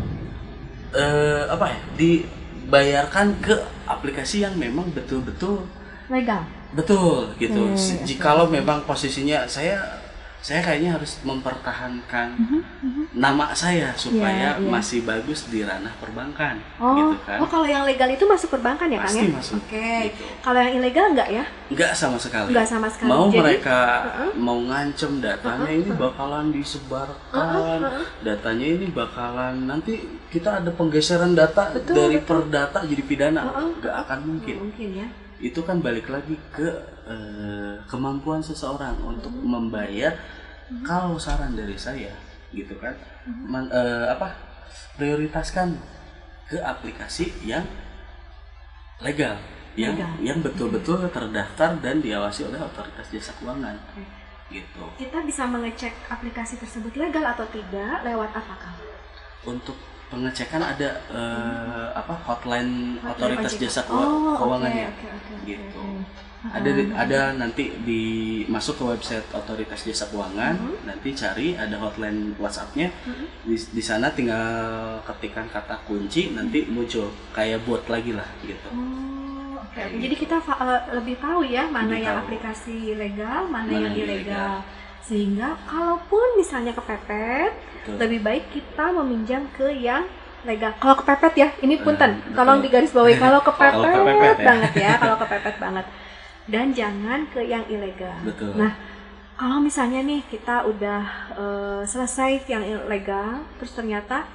dibayarkan ke aplikasi yang memang betul-betul legal. Betul gitu. Jikalau memang posisinya saya kayaknya harus mempertahankan nama saya supaya masih bagus di ranah perbankan, gitu kan. Oh, kalau yang legal itu masuk perbankan ya, Kang? Pasti masuk. Oke. Gitu. Kalau yang ilegal enggak ya? Enggak sama sekali. Enggak sama sekali. Mau jadi, mereka mau ngancem datanya ini bakalan disebarkan, datanya ini bakalan nanti kita ada penggeseran data dari perdata jadi pidana, enggak akan mungkin. Mungkin ya. Itu kan balik lagi ke kemampuan seseorang untuk membayar. Kalau saran dari saya gitu kan, prioritaskan ke aplikasi yang legal, yang betul-betul terdaftar dan diawasi oleh otoritas jasa keuangan. Gitu. Kita bisa mengecek aplikasi tersebut legal atau tidak lewat apa, Kang? Untuk pengecekan ada hotline otoritas jasa keuangannya. Gitu. Ada nanti masuk ke website otoritas jasa keuangan, nanti cari ada hotline WhatsApp-nya. Di sana tinggal ketikkan kata kunci, nanti muncul kayak bot lagi lah gitu. Jadi kita lebih tahu ya mana yang aplikasi legal, mana yang ilegal. Sehingga kalaupun misalnya kepepet, lebih baik kita meminjam ke yang legal. Kalau kepepet ya, ini punten, tolong digarisbawahi kalau kepepet banget ya, kalau kepepet banget. Dan jangan ke yang ilegal. Betul. Nah, kalau misalnya nih kita udah selesai yang ilegal, terus ternyata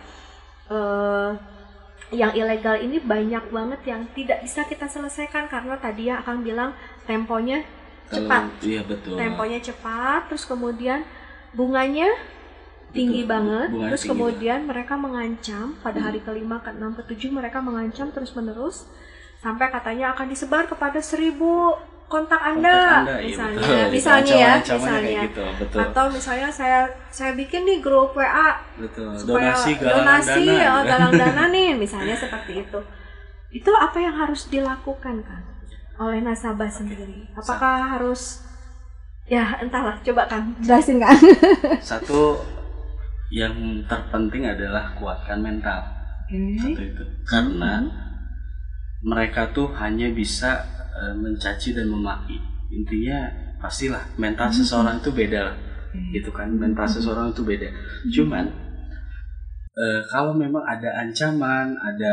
yang ilegal ini banyak banget yang tidak bisa kita selesaikan karena tadi ya Akang bilang temponya cepat. Iya betul. Temponya cepat, terus kemudian bunganya tinggi banget, terus kemudian mereka mengancam pada hari ke-5, ke-6, ke-7 mereka mengancam terus-menerus sampai katanya akan disebar kepada 1.000 kontak Anda, misalnya, misalnya, gitu, betul. Atau misalnya saya bikin nih grup WA, betul. Supaya donasi galang dana nih, misalnya seperti itu. Itu apa yang harus dilakukan kan oleh nasabah sendiri? Apakah harus, ya entahlah, coba kan jelasin kan. Satu yang terpenting adalah kuatkan mental. Satu itu, karena mereka tuh hanya bisa mencaci dan memaki. Intinya pastilah mental seseorang itu beda lah, gitu kan. Mental seseorang itu beda. Cuman kalau memang ada ancaman, ada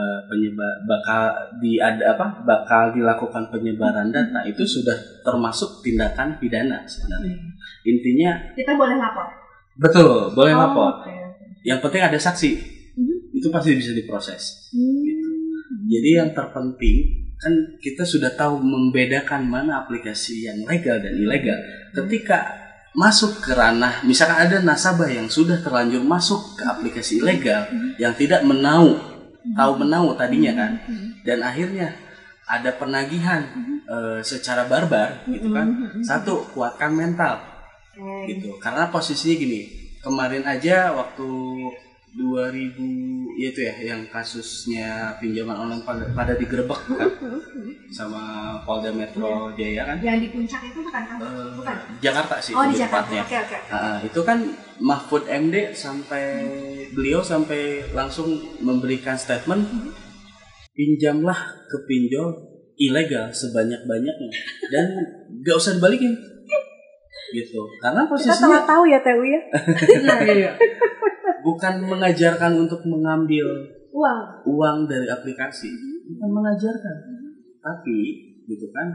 bakal dilakukan penyebaran data, itu sudah termasuk tindakan pidana sebenarnya. Intinya kita boleh lapor. Betul, boleh lapor. Okay. Yang penting ada saksi. Itu pasti bisa diproses. Gitu. Jadi yang terpenting kan kita sudah tahu membedakan mana aplikasi yang legal dan ilegal. Ketika masuk ke ranah, misalkan ada nasabah yang sudah terlanjur masuk ke aplikasi ilegal yang tidak tahu menau tadinya kan, dan akhirnya ada penagihan secara barbar, gitu kan. Satu, kuatkan mental, gitu. Karena posisinya gini, kemarin aja waktu 2000 itu ya yang kasusnya pinjaman online pada digerebek kan sama Polda Metro Jaya kan. Yang di puncak itu bukan? Jakarta sih di tepatnya. Okay. Itu kan Mahfud MD beliau sampai langsung memberikan statement, pinjamlah ke pinjol ilegal sebanyak-banyaknya dan gak usah dibalikin. Gitu. Karena posisinya kita telah tahu ya TU ya. Iya. Bukan mengajarkan untuk mengambil uang dari aplikasi, bukan mengajarkan, tapi gitu kan,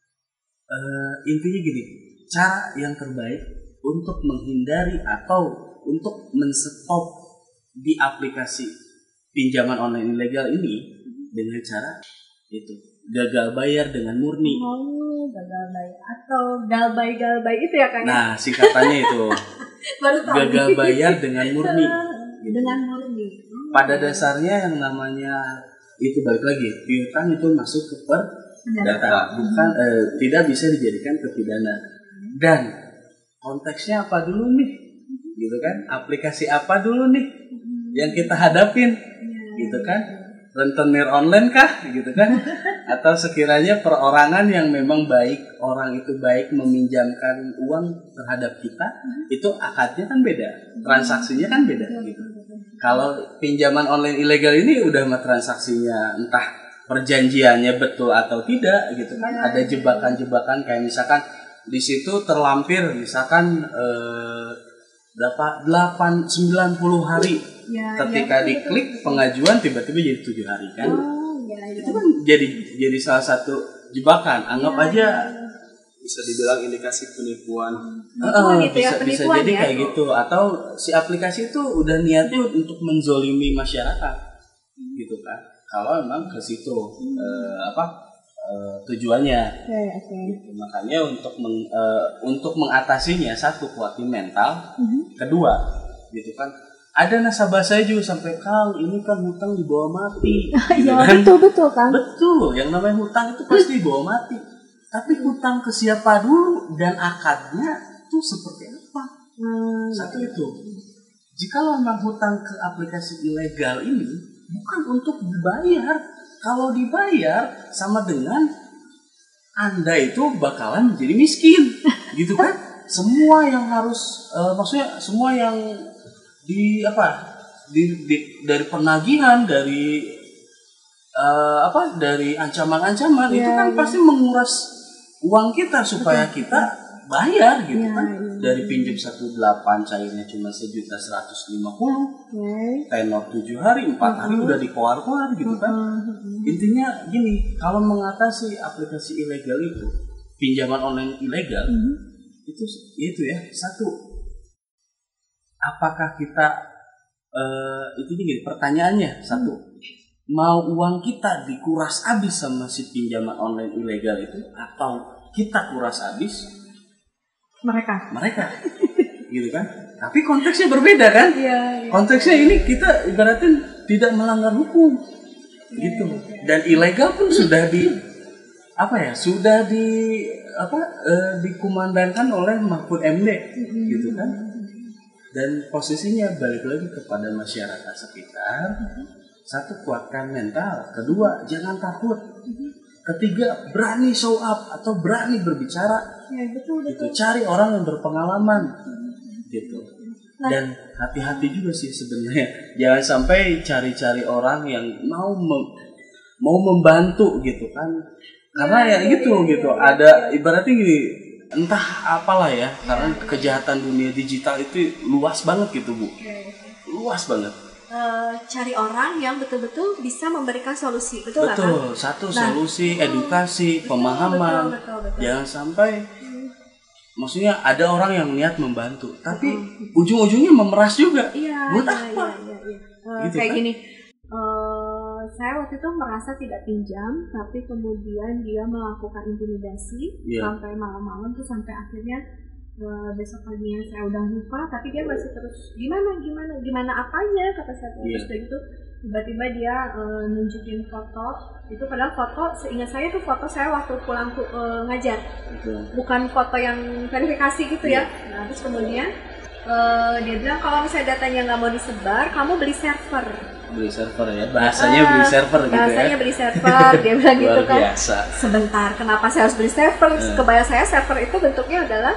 intinya gini, cara yang terbaik untuk menghindari atau untuk men-stop di aplikasi pinjaman online ilegal ini dengan cara itu gagal bayar dengan murni. Gagal bayar atau galbay itu ya kan? Nah, singkatannya itu. Gagal bayar dengan murni. Dengan murni. Pada dasarnya yang namanya itu balik lagi, piutang itu masuk ke perdata, bukan tidak bisa dijadikan ke pidana. Dan konteksnya apa dulu nih? Gitu kan? Aplikasi apa dulu nih yang kita hadapin? Gitu kan? Rentenir online kah? Gitu kan? Atau sekiranya perorangan yang memang baik, orang itu baik meminjamkan uang terhadap kita, itu akadnya kan beda, transaksinya kan beda gitu. Kalau pinjaman online ilegal ini udah mah transaksinya entah perjanjiannya betul atau tidak gitu kan, ada jebakan-jebakan kayak misalkan di situ terlampir misalkan 90 hari ketika diklik pengajuan tiba-tiba jadi 7 hari kan. Itu kan jadi salah satu jebakan. Anggap aja bisa dibilang indikasi penipuan. Bisa jadi kayak gitu. Atau si aplikasi itu udah niatnya untuk menzolimi masyarakat, gitu kan? Kalau memang ke situ tujuannya. Gitu. Makanya untuk mengatasinya, satu, kuatin mental. Kedua, gitu kan? Ada nasabah saya juga sampai, Kang, ini kan hutang dibawa mati. Gitu kan? Betul kan? Betul, yang namanya hutang itu pasti dibawa mati. Tapi hutang ke siapa dulu dan akadnya itu seperti apa? Satu itu. Jika memang hutang ke aplikasi ilegal ini bukan untuk dibayar. Kalau dibayar sama dengan Anda itu bakalan menjadi miskin. Gitu kan? Semua yang harus maksudnya semua yang dari penagihan, dari ancaman-ancaman itu kan pasti menguras uang kita supaya kita bayar gitu kan. Dari pinjam 1.8 cairnya cuma 1.150.000, tenor 7 hari, 4 hari udah dikeluar-keluar gitu kan. Intinya gini, kalau mengatasi aplikasi ilegal itu, pinjaman online ilegal, itu ya, satu, apakah kita itu gini, pertanyaannya satu, mau uang kita dikuras habis sama si pinjaman online ilegal itu atau kita kuras habis mereka gitu kan? Tapi konteksnya berbeda kan? Konteksnya ini kita ibaratnya tidak melanggar hukum, gitu. Dan ilegal pun sudah dikumandangkan oleh Mahfud MD gitu kan. Dan posisinya balik lagi kepada masyarakat sekitar. Satu, kuatkan mental. Kedua, jangan takut. Ketiga, berani show up atau berani berbicara. Betul. Gitu. Cari orang yang berpengalaman gitu. Dan hati-hati juga sih sebenarnya. Jangan sampai cari-cari orang yang mau membantu gitu kan. Karena ya gitu. Ada ibaratnya gini, entah apalah ya, karena kejahatan dunia digital itu luas banget gitu, Bu. Luas banget. Cari orang yang betul-betul bisa memberikan solusi, betul. Satu solusi, edukasi, pemahaman. Betul. Jangan sampai maksudnya ada orang yang niat membantu, tapi ujung-ujungnya memeras juga. Buat apa? Gitu kayak kan? Gini, saya waktu itu merasa tidak pinjam, tapi kemudian dia melakukan intimidasi sampai malam-malam tuh, sampai akhirnya besok paginya saya udah lupa, tapi dia masih terus gimana apanya, kata saya terus gitu. Tiba-tiba dia nunjukin foto itu, padahal foto seingat saya tuh foto saya waktu pulang ngajar, bukan foto yang verifikasi gitu ya. Nah terus kemudian dia bilang kalau misalnya datanya nggak mau disebar, kamu beli server ya, bahasanya beli server gitu, bahasanya beli server, dia bilang gitu kan. Sebentar, kenapa saya harus beli server? Kebayang saya server itu bentuknya adalah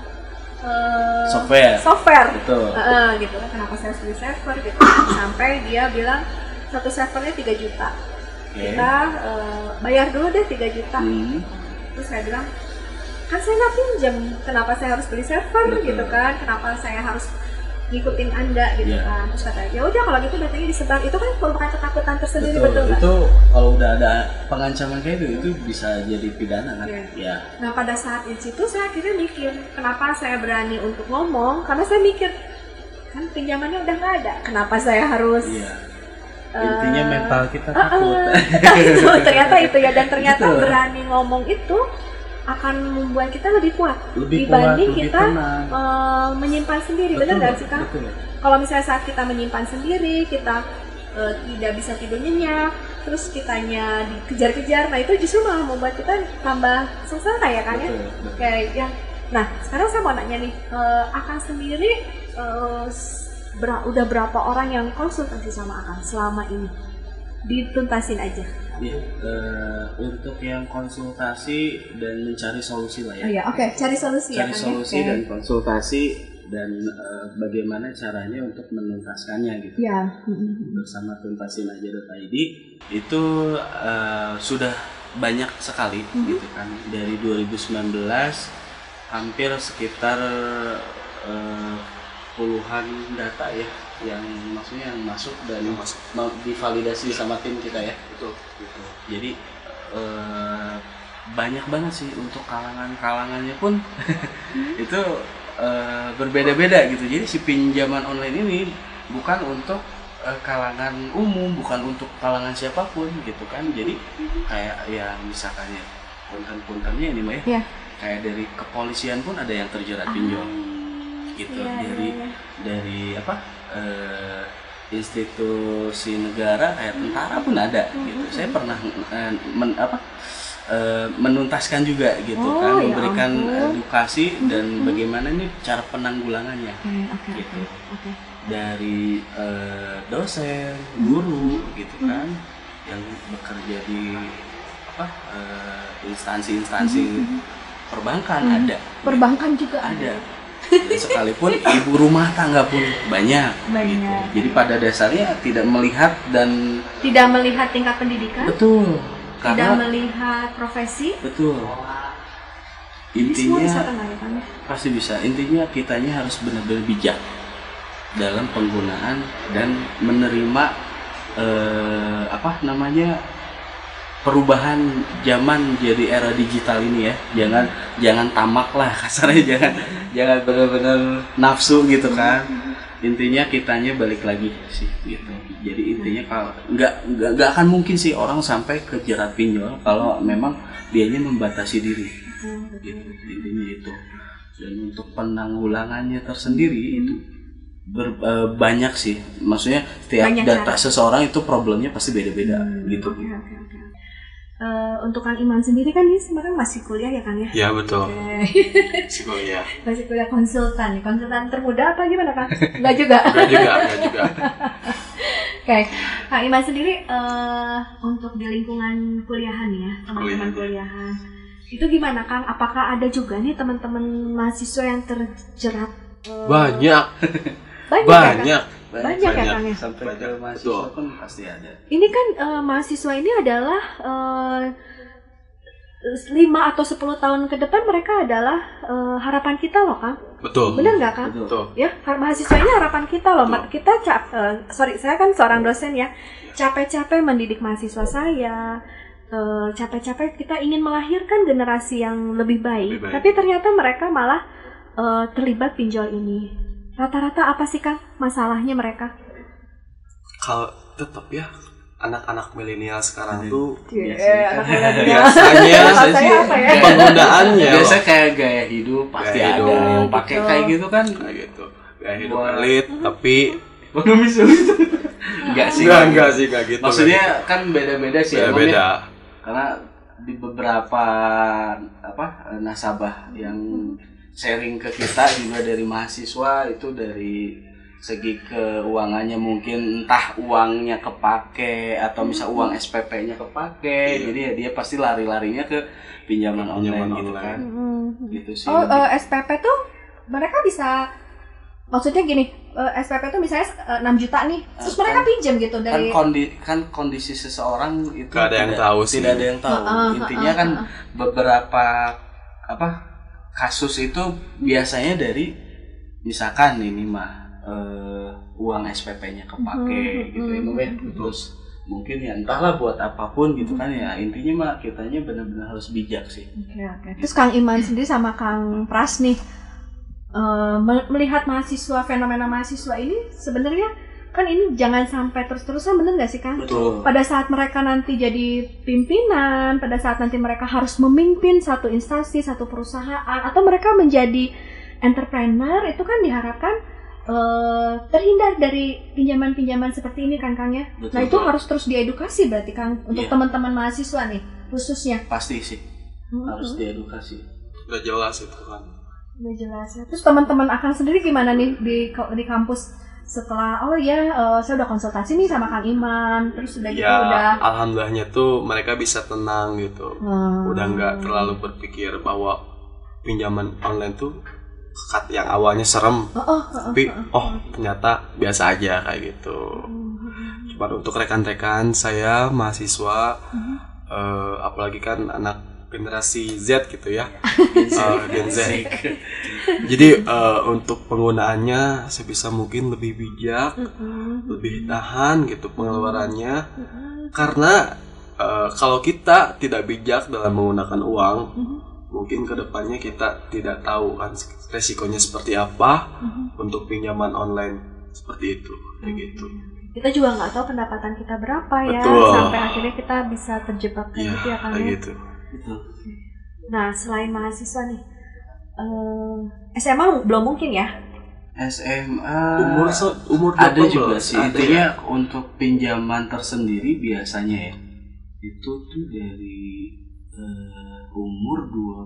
software. Betul. Gitu kan, kenapa saya harus beli server gitu. Sampai dia bilang satu servernya 3 juta. Kita bayar dulu deh 3 juta. Terus saya bilang, kan saya nggak pinjam, kenapa saya harus beli server? Gitu kan, kenapa saya harus ngikutin Anda gitu kan. Terus katanya, ya udah kalau gitu datanya disebar. Itu kan merupakan ketakutan tersendiri, betul kan? Itu kalau udah ada pengancaman kayak itu bisa jadi pidana kan. Nah pada saat itu saya akhirnya mikir, kenapa saya berani untuk ngomong, karena saya mikir kan pinjamannya udah nggak ada, kenapa saya harus intinya mental kita takut. Ternyata itu ya, dan ternyata berani ngomong itu akan membuat kita lebih kuat dibanding kita menyimpan sendiri. Benar nggak sih Kang? Kalau misalnya saat kita menyimpan sendiri, kita tidak bisa tidur nyenyak, terus kitanya dikejar-kejar, nah itu justru malah membuat kita tambah sengsara ya kan ya. Kayak yang, nah sekarang saya mau nanya nih, Akang sendiri udah berapa orang yang konsultasi sama Akang selama ini? Dituntasin aja. Untuk yang konsultasi dan mencari solusi lah ya. Cari solusi dan konsultasi dan bagaimana caranya untuk menuntaskannya gitu. Bersama tuntasin-aja.id itu sudah banyak sekali gitu kan. Dari 2019 hampir sekitar puluhan data ya, yang maksudnya yang masuk dan divalidasi sama tim kita ya. Betul. Jadi banyak banget sih, untuk kalangannya pun itu berbeda-beda gitu. Jadi si pinjaman online ini bukan untuk kalangan umum, bukan untuk kalangan siapapun gitu kan. Jadi kayak yang misalkan ya punten-puntennya ini mah ya, kayak dari kepolisian pun ada yang terjerat pinjol gitu. Dari apa institusi negara kayak tentara pun ada gitu. Saya pernah menuntaskan juga gitu kan, memberikan edukasi dan bagaimana nih cara penanggulangannya gitu. Dari dosen, guru gitu kan, yang bekerja di instansi-instansi perbankan ada. Perbankan juga ada. Sekalipun ibu rumah tangga pun banyak. Gitu. Jadi pada dasarnya tidak melihat tingkat pendidikan. Betul. Tidak melihat profesi. Betul. Intinya pasti bisa. Intinya kitanya harus benar-benar bijak dalam penggunaan dan menerima perubahan zaman jadi era digital ini ya. Jangan tamak lah kasarnya, jangan benar-benar nafsu gitu kan. Intinya kitanya balik lagi sih gitu. Jadi intinya kalau nggak akan mungkin sih orang sampai ke jerat pinjol kalau memang dianya membatasi diri gitu. Intinya itu. Dan untuk penanggulangannya tersendiri itu Banyak sih, maksudnya setiap Banyak data cara. seseorang itu problemnya pasti beda-beda gitu. Oke. Untuk Kang Iman sendiri kan ini sebenarnya masih kuliah ya Kang ya? Ya betul. Oke. Psikologi ya. Masih kuliah konsultan termuda apa gimana Kang? Enggak juga. Enggak juga. Oke, Kang Iman sendiri untuk di lingkungan kuliahan ya, teman-teman kuliahan. Itu gimana Kang? Apakah ada juga nih teman-teman mahasiswa yang terjerat? Banyak. Banyak ya Kang ya? Sampai ke mahasiswa pun pasti ada. Ini kan mahasiswa ini adalah 5 atau 10 tahun ke depan mereka adalah harapan kita loh Kang. Betul. Benar nggak Kang? Betul. Ya, mahasiswa ini harapan kita loh. Kita saya kan seorang dosen ya. Capek-capek mendidik mahasiswa saya. Capek-capek kita ingin melahirkan generasi yang lebih baik. Tapi ternyata mereka malah terlibat pinjol ini. Rata-rata apa sih Kang masalahnya mereka? Kalau tetap ya anak-anak milenial sekarang tuh Anak biasanya apa ya? penggunaannya biasa kayak gaya hidup pasti Gaya ada hidup, yang pakai kayak gitu kan. kayak gitu. Gaya hidup elit tapi Ekonomi sulit. Enggak sih. enggak sih kayak gitu. Maksudnya kan beda-beda sih emang beda. ya. Karena di beberapa nasabah yang sharing ke kita juga dari mahasiswa itu dari segi keuangannya mungkin entah uangnya kepake atau misal uang SPP-nya kepake, jadi ya dia pasti lari-larinya ke pinjaman online gitu kan. Gitu sih. SPP tuh mereka bisa, maksudnya gini, SPP tuh misalnya 6 juta nih, terus mereka pinjam gitu dari kondisi seseorang itu Gak ada yang tahu sih. Tidak ada yang tahu. Intinya kan beberapa kasus itu biasanya dari misalkan ini mah uang SPP-nya kepake gitu ya, terus mungkin ya entahlah buat apapun gitu kan ya, intinya mah kitanya benar-benar harus bijak sih. Oke. Terus Kang Iman sendiri sama Kang Pras nih melihat fenomena mahasiswa ini sebenarnya kan ini jangan sampai terus-terusan, bener nggak sih Kang? Betul. Pada saat mereka nanti jadi pimpinan, pada saat nanti mereka harus memimpin satu instansi, satu perusahaan, atau mereka menjadi entrepreneur, itu kan diharapkan terhindar dari pinjaman-pinjaman seperti ini kan Kang ya? Betul, nah itu harus terus diedukasi berarti Kang untuk Iya. teman-teman mahasiswa nih khususnya. Pasti sih harus diedukasi. Udah jelas itu kan. Udah jelas ya. Terus teman-teman Akang sendiri gimana nih di kampus setelah saya udah konsultasi nih sama Kang Iman, terus udah gitu udah alhamdulillahnya tuh mereka bisa tenang gitu. Udah nggak terlalu berpikir bahwa pinjaman online tuh yang awalnya serem, tapi ternyata biasa aja kayak gitu. Cuma untuk rekan-rekan saya mahasiswa, apalagi kan anak generasi Z gitu ya, Gen Z. Jadi untuk penggunaannya sebisa mungkin lebih bijak, lebih tahan gitu pengeluarannya, karena kalau kita tidak bijak dalam menggunakan uang, mungkin kedepannya kita tidak tahu kan resikonya seperti apa untuk pinjaman online seperti itu, kayak gitu. Kita juga nggak tahu pendapatan kita berapa ya, Betul. sampai akhirnya kita bisa terjebak kayak gitu ya Kang kayak ya. gitu. Nah selain mahasiswa nih, SMA belum mungkin ya? SMA umur ada 18, juga sih. ada Intinya ya. untuk pinjaman tersendiri biasanya ya itu tuh dari umur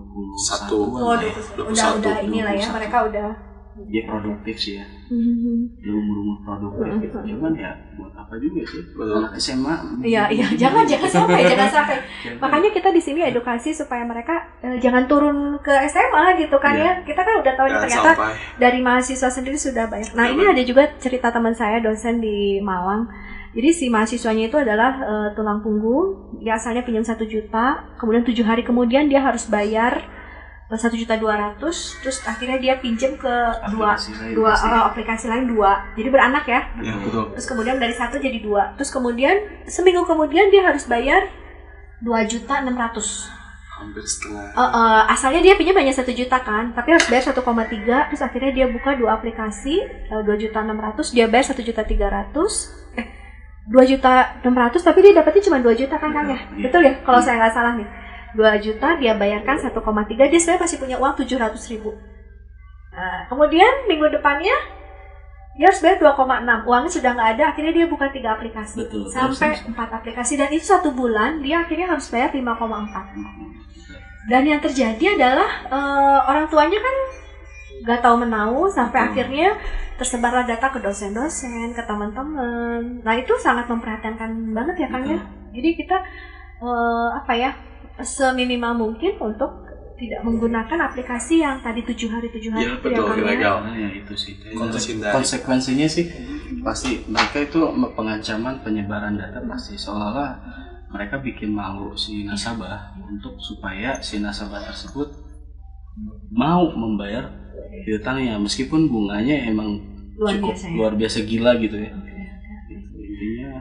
21 udah inilah ya, mereka udah dia produktif sih ya. Dia umur produktif gitu. Cuman ya buat apa juga sih anak SMA. Iya, jangan sampai. Makanya kita di sini edukasi supaya mereka jangan turun ke SMA gitu kan ya. Kita kan udah tahu ternyata dari mahasiswa sendiri sudah banyak. Nah, ini ada juga cerita teman saya dosen di Malang. Jadi si mahasiswanya itu adalah tulang punggung. Dia asalnya pinjam 1 juta, kemudian 7 hari kemudian dia harus bayar 1.200.000, terus akhirnya dia pinjam ke dua aplikasi lain 2, jadi beranak ya. Ya, betul. Terus kemudian dari 1 jadi 2, terus kemudian seminggu kemudian dia harus bayar 2.600.000. Hampir setengah. Asalnya dia pinjam hanya 1 juta kan, tapi harus bayar 1,3, terus akhirnya dia buka 2 aplikasi 2.600.000, dia bayar 1.300.000, 2.600.000, tapi dia dapatnya cuma 2 juta kan Kang ya? Betul ya? Kalau saya nggak salah nih. 2 juta dia bayarkan 1,3, dia sebenarnya masih punya uang 700.000. Nah, kemudian minggu depannya dia harus bayar 2,6, uangnya sudah nggak ada, akhirnya dia buka 3 aplikasi. Betul, sampai 4 aplikasi, dan itu 1 bulan dia akhirnya harus bayar 5,4. Dan yang terjadi adalah orang tuanya kan nggak tahu menau, sampai akhirnya tersebarlah data ke dosen-dosen, ke teman-teman. Nah itu sangat memprihatinkan banget ya Kang ya. Jadi kita seminimal mungkin untuk tidak menggunakan aplikasi yang tadi 7 hari ya, itu betul, ya Kang ilegal. Ya itu sih. Konsekuensinya sih pasti mereka itu pengancaman penyebaran data pasti, seolah-olah mereka bikin malu si nasabah untuk supaya si nasabah tersebut mau membayar piutangnya meskipun bunganya emang luar biasa gila gitu ya. Intinya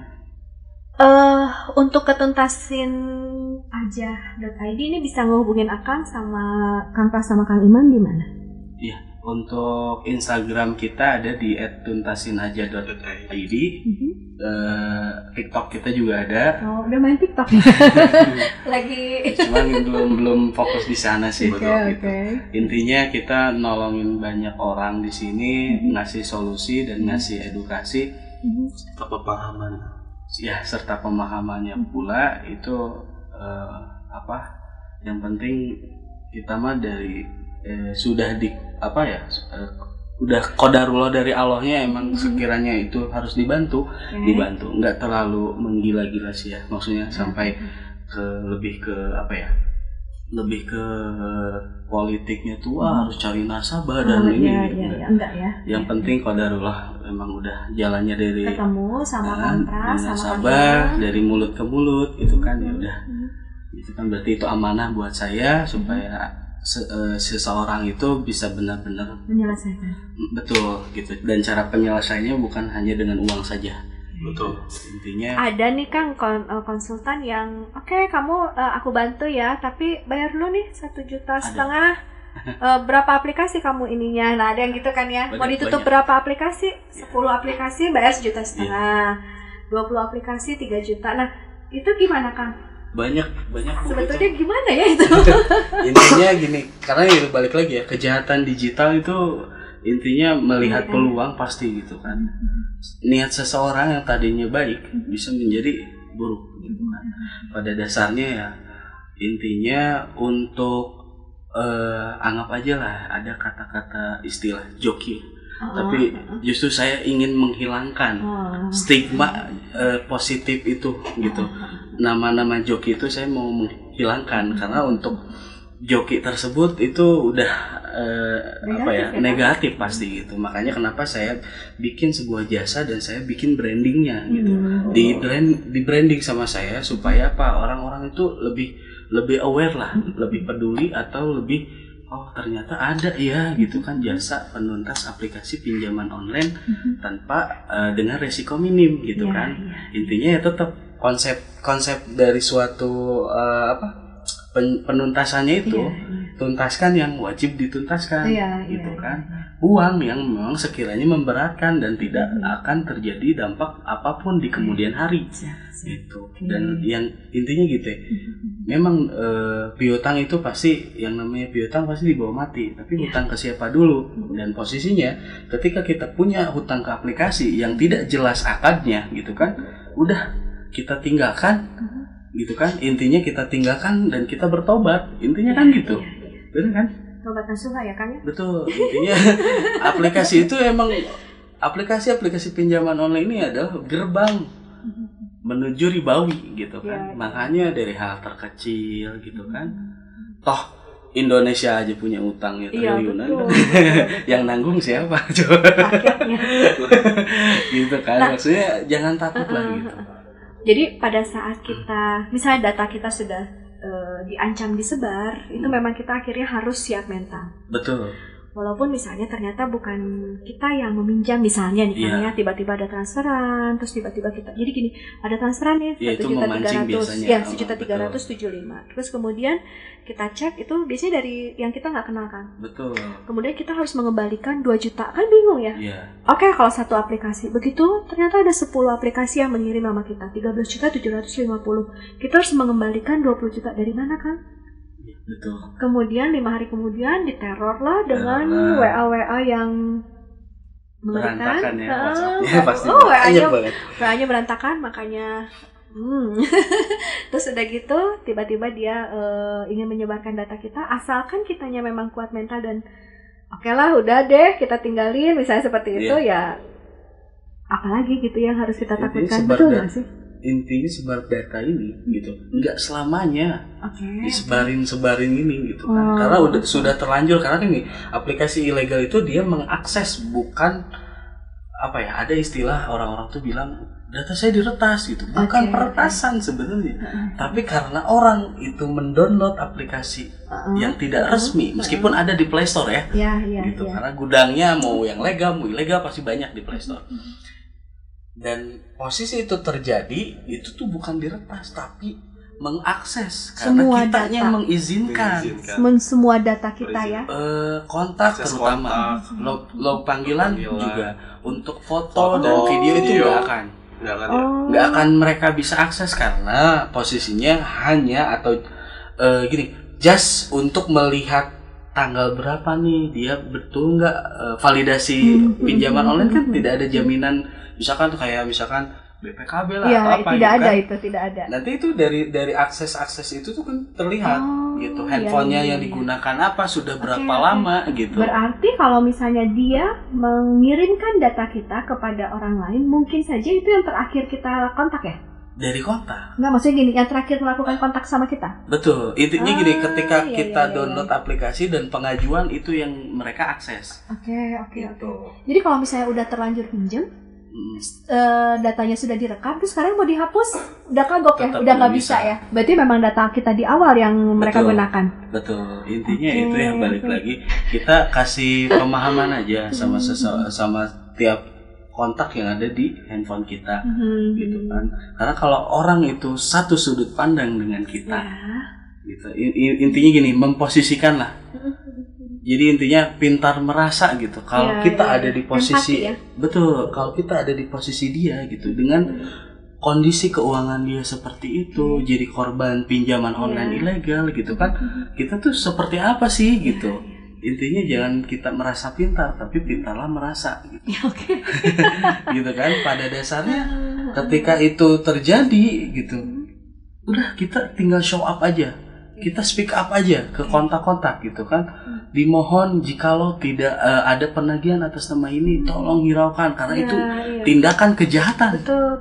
untuk ketuntasin aja.id ini bisa ngehubungin Akang sama Kang Pras sama Kang Iman di mana? Iya, untuk Instagram kita ada di @tuntasinaja.id. TikTok kita juga ada. Oh, udah main TikTok. Lagi. Cuman belum fokus di sana sih. Okay. Intinya kita nolongin banyak orang di sini, ngasih solusi dan ngasih edukasi, serta pemahaman. Ya, serta pemahamannya pula itu yang penting kita mah dari sudah udah qadarullah dari Allahnya, emang sekiranya itu harus dibantu, nggak terlalu menggila-gila sih ya, maksudnya sampai ke lebih ke politiknya tua harus cari nasabah dan enggak ya. Yang penting qadarullah emang udah jalannya dari ketemu sama kontras sama nasabah dari mulut ke mulut gitu kan, ya udah itu kan berarti itu amanah buat saya supaya seseorang itu bisa benar-benar menyelesaikan. Betul gitu, dan cara penyelesaiannya bukan hanya dengan uang saja. Betul. Intinya ada nih Kang konsultan yang kamu aku bantu ya, tapi bayar dulu nih 1,5 juta. Berapa aplikasi kamu ininya? Nah ada yang gitu kan ya. Mau ditutup berapa aplikasi? 10 aplikasi bayar 1,5 juta. 20 aplikasi 3 juta. Nah itu gimana Kang? Banyak sebetulnya gitu. Gimana ya itu? Intinya gini, karena itu balik lagi ya, kejahatan digital itu intinya melihat peluang pasti gitu kan. Niat seseorang yang tadinya baik bisa menjadi buruk gitu kan. Pada dasarnya ya intinya untuk anggap aja lah ada kata-kata istilah joki. Tapi justru saya ingin menghilangkan stigma positif itu gitu. Nama-nama joki itu saya mau menghilangkan karena untuk joki tersebut itu udah negatif pasti gitu. Makanya kenapa saya bikin sebuah jasa dan saya bikin brandingnya gitu. Di branding sama saya supaya orang-orang itu lebih aware lah, lebih peduli atau lebih ternyata ada ya gitu kan jasa penuntas aplikasi pinjaman online tanpa dengan resiko minim gitu kan. Intinya ya tetap konsep dari suatu penuntasannya itu tuntaskan yang wajib dituntaskan gitu kan. Uang yang memang sekiranya memberatkan dan tidak akan terjadi dampak apapun di kemudian hari gitu. Dan yang intinya gitu ya, memang piutang itu pasti, yang namanya piutang pasti dibawa mati, tapi hutang ke siapa dulu. Dan posisinya ketika kita punya hutang ke aplikasi yang tidak jelas akadnya gitu kan, udah kita tinggalkan gitu kan. Intinya kita tinggalkan dan kita bertobat, intinya kan gitu. Benar kan? Tobat nasuha ya Kang ya? Betul. Intinya aplikasi itu emang aplikasi pinjaman online ini adalah gerbang menuju ribawi gitu kan. Makanya dari hal terkecil gitu kan. Toh Indonesia aja punya utangnya triliunan. Yang nanggung siapa coba? Gitu kan. Maksudnya jangan takut lah gitu. Jadi pada saat kita, misalnya data kita sudah diancam disebar, itu memang kita akhirnya harus siap mental. Betul. Walaupun misalnya ternyata bukan kita yang meminjam, misalnya nih kan ya, tiba-tiba ada transferan, terus tiba-tiba kita, jadi gini, ada transferan nih 1.300.000, ya 1.375.000, terus kemudian kita cek itu biasanya dari yang kita nggak kenal kan. Betul. Kemudian kita harus mengembalikan 2 juta, kan bingung ya. Oke, kalau satu aplikasi, begitu ternyata ada 10 aplikasi yang mengirim nama kita 13.750.000, kita harus mengembalikan 20 juta dari mana kan? Betul. Kemudian 5 hari kemudian diteror lah dengan WA yang berantakan ya WhatsApp-nya pasti banyak banget. WA-nya berantakan makanya terus udah gitu tiba-tiba dia ingin menyebarkan data kita, asalkan kitanya memang kuat mental dan oke lah udah deh kita tinggalin misalnya seperti itu ya apalagi gitu yang harus kita takutkan, betul nggak sih? Intinya sebar data ini gitu nggak selamanya disebarin ini gitu kan, karena sudah terlanjur, karena ini aplikasi ilegal itu dia mengakses, bukan apa ya, ada istilah orang-orang tuh bilang data saya diretas gitu, bukan peretasan sebenarnya, tapi karena orang itu mendownload aplikasi yang tidak resmi meskipun ada di Play Store ya, gitu karena gudangnya mau yang legal mau ilegal pasti banyak di Play Store. Dan posisi itu terjadi itu tuh bukan diretas tapi mengakses karena semua kitanya data. mengizinkan semua data kita ya, kontak akses terutama log panggilan juga, untuk foto dan video itu nggak akan mereka bisa akses karena posisinya hanya atau gini, just untuk melihat tanggal berapa nih dia betul nggak validasi pinjaman online kan tidak ada jaminan. Misalkan BPKB lah atau apa tidak gitu ada kan. Itu tidak ada. Nanti itu dari akses itu tuh kan terlihat gitu. Handphonenya yang digunakan apa, sudah berapa lama gitu. Berarti kalau misalnya dia mengirimkan data kita kepada orang lain, mungkin saja itu yang terakhir kita kontak ya? Dari kontak. Enggak, maksudnya gini, yang terakhir melakukan kontak sama kita. Betul. Intinya gini, ketika kita download aplikasi dan pengajuan itu yang mereka akses. Oke. Jadi kalau misalnya udah terlanjur pinjam, datanya sudah direkam, terus sekarang mau dihapus, udah kagok ya, udah nggak bisa ya. Berarti memang data kita di awal yang mereka gunakan. Betul. Intinya itu yang balik lagi kita kasih pemahaman aja sama tiap kontak yang ada di handphone kita, gitu kan. Karena kalau orang itu satu sudut pandang dengan kita, gitu. Intinya gini, memposisikan lah. Jadi intinya pintar merasa gitu. Kalau kita ada di posisi betul, kalau kita ada di posisi dia gitu, dengan kondisi keuangan dia seperti itu, jadi korban pinjaman online ilegal gitu kan, kita tuh seperti apa sih gitu. Intinya jangan kita merasa pintar, tapi pintarlah merasa gitu. Gitu kan, pada dasarnya ketika itu terjadi gitu, udah kita tinggal show up aja, kita speak up aja ke kontak-kontak gitu kan. Dimohon jikalau tidak ada penagihan atas nama ini, tolong hiraukan karena itu tindakan kejahatan. Betul.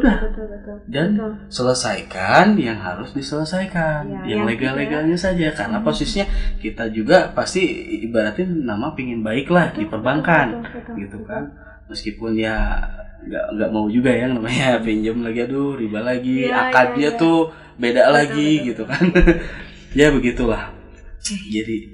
Dan selesaikan yang harus diselesaikan, yang legal-legalnya saja, karena posisinya kita juga pasti ibaratin nama pingin baik lah di perbankan, gitu kan. Meskipun ya nggak mau juga ya namanya pinjam lagi, aduh riba lagi, akadnya tuh beda lagi gitu kan. Ya begitulah. Jadi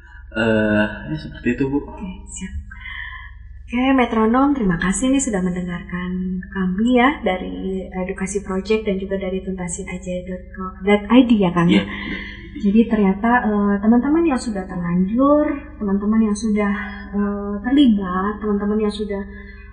ya seperti itu Bu. Siap. Oke, Metronom, terima kasih nih sudah mendengarkan kami ya dari Edukasi Project dan juga dari tuntasinaj.id ya Kang ya. Jadi ternyata teman-teman yang sudah terlanjur, teman-teman yang sudah terlibat, teman-teman yang sudah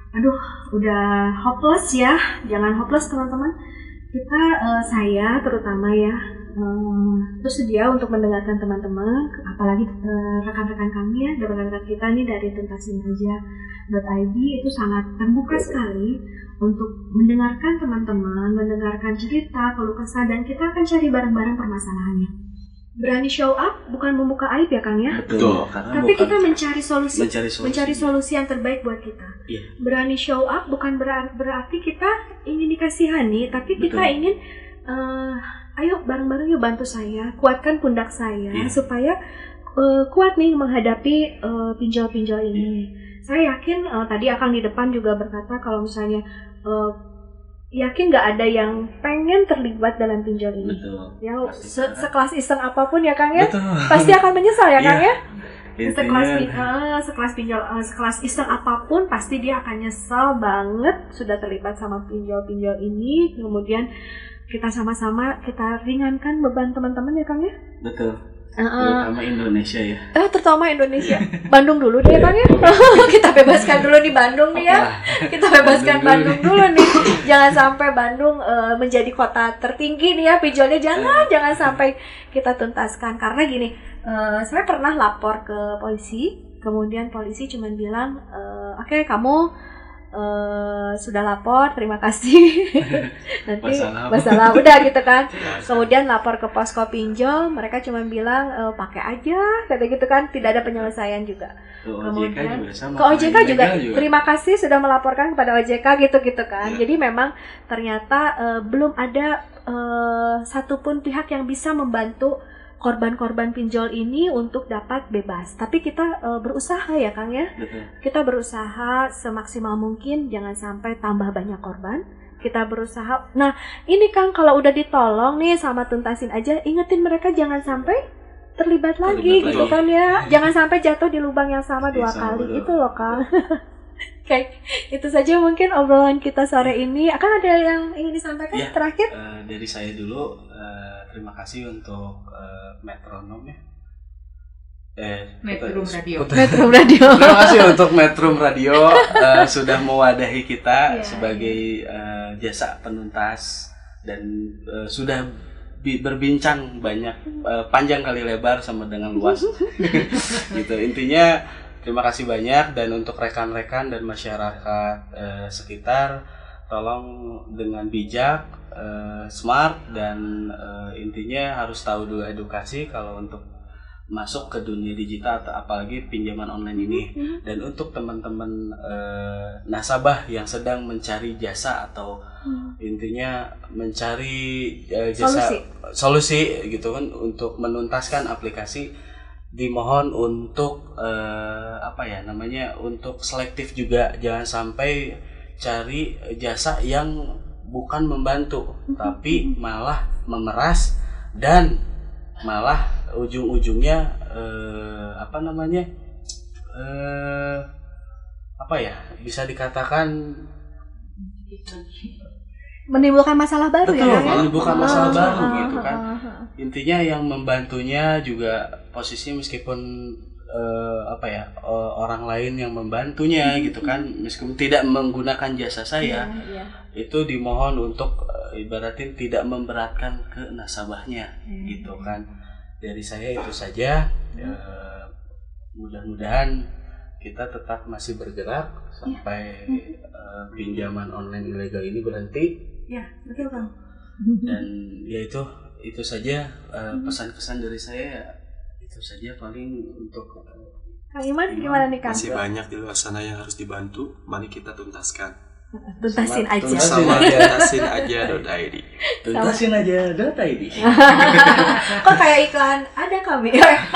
udah hopeless ya, jangan hopeless teman-teman. Kita saya terutama ya bersedia untuk mendengarkan teman-teman, apalagi rekan-rekan kami ya, rekan-rekan kita nih dari tuntasinaj.id itu sangat terbuka sekali untuk mendengarkan teman-teman, mendengarkan cerita, keluh kesah, dan kita akan cari bareng-bareng permasalahannya. Berani show up bukan membuka aib ya Kang ya. Betul. Tapi kita mencari solusi yang terbaik buat kita. Berani show up bukan berarti kita ingin dikasihani, tapi kita ingin ayo bareng-bareng yuk bantu saya, kuatkan pundak saya supaya kuat nih menghadapi pinjol-pinjol ini. Saya yakin tadi Akang di depan juga berkata kalau misalnya yakin nggak ada yang pengen terlibat dalam pinjol ini. Betul. Ya sekelas iseng apapun ya Kang ya, pasti akan menyesal ya Kang ya. Sekelas iseng apapun pasti dia akan nyesal banget sudah terlibat sama pinjol-pinjol ini. Kemudian kita sama-sama kita ringankan beban teman-teman ya Kang ya. Betul. Terutama Indonesia ya. Terutama Indonesia. Bandung dulu deh Kang ya. Kita bebaskan dulu di Bandung nih ya. Kita bebaskan Bandung dulu nih. Jangan sampai Bandung menjadi kota tertinggi nih ya pinjolnya. Jangan sampai kita tuntaskan. Karena gini, saya pernah lapor ke polisi kemudian polisi cuma bilang, oke, kamu sudah lapor, terima kasih. Nanti masalah udah gitu kan. Kemudian lapor ke posko pinjol, mereka cuma bilang pakai aja, kata gitu kan, tidak ada penyelesaian juga. Kemudian ke OJK juga, terima kasih sudah melaporkan kepada OJK gitu kan. Jadi memang ternyata belum ada satupun pihak yang bisa membantu korban-korban pinjol ini untuk dapat bebas. Tapi kita berusaha ya Kang ya. Betul. Kita berusaha semaksimal mungkin jangan sampai tambah banyak korban. Kita berusaha. Nah, ini Kang kalau udah ditolong nih sama tuntasin aja, ingetin mereka jangan sampai terlibat lagi gitu kan ya. Jangan sampai jatuh di lubang yang sama 2 kali. Betul. Itu loh Kang. Oke, itu saja mungkin obrolan kita sore ini. Akan ada yang ingin disampaikan terakhir? Dari saya dulu, terima kasih untuk Metronom ya. Metrum Radio. Terima kasih untuk Metrum Radio sudah mewadahi kita sebagai jasa penuntas dan sudah berbincang banyak panjang kali lebar sama dengan luas. Gitu. Intinya terima kasih banyak, dan untuk rekan-rekan dan masyarakat sekitar tolong dengan bijak, smart, dan intinya harus tahu dulu edukasi kalau untuk masuk ke dunia digital atau apalagi pinjaman online ini. Dan untuk teman-teman nasabah yang sedang mencari jasa atau intinya mencari jasa solusi gitu kan untuk menuntaskan aplikasi, dimohon untuk untuk selektif juga, jangan sampai cari jasa yang bukan membantu tapi malah memeras dan malah ujung-ujungnya bisa dikatakan menimbulkan masalah baru. Betul, ya kan? menimbulkan masalah baru gitu kan. Intinya yang membantunya juga posisi meskipun orang lain yang membantunya gitu kan, meskipun tidak menggunakan jasa saya, itu dimohon untuk ibaratin tidak memberatkan ke nasabahnya gitu kan. Dari saya itu saja. Mudah-mudahan kita tetap masih bergerak sampai pinjaman online ilegal ini berhenti. Ya, betul Kang. Dan ya itu saja pesan-pesan dari saya. Itu saja paling untuk Kang Iman, gimana nih Kang? Masih banyak di luar sana yang harus dibantu. Mari kita tuntaskan. Tuntasin aja. Tuntasin aja.id. Tuntasin aja.id. Kok kayak iklan ada kami?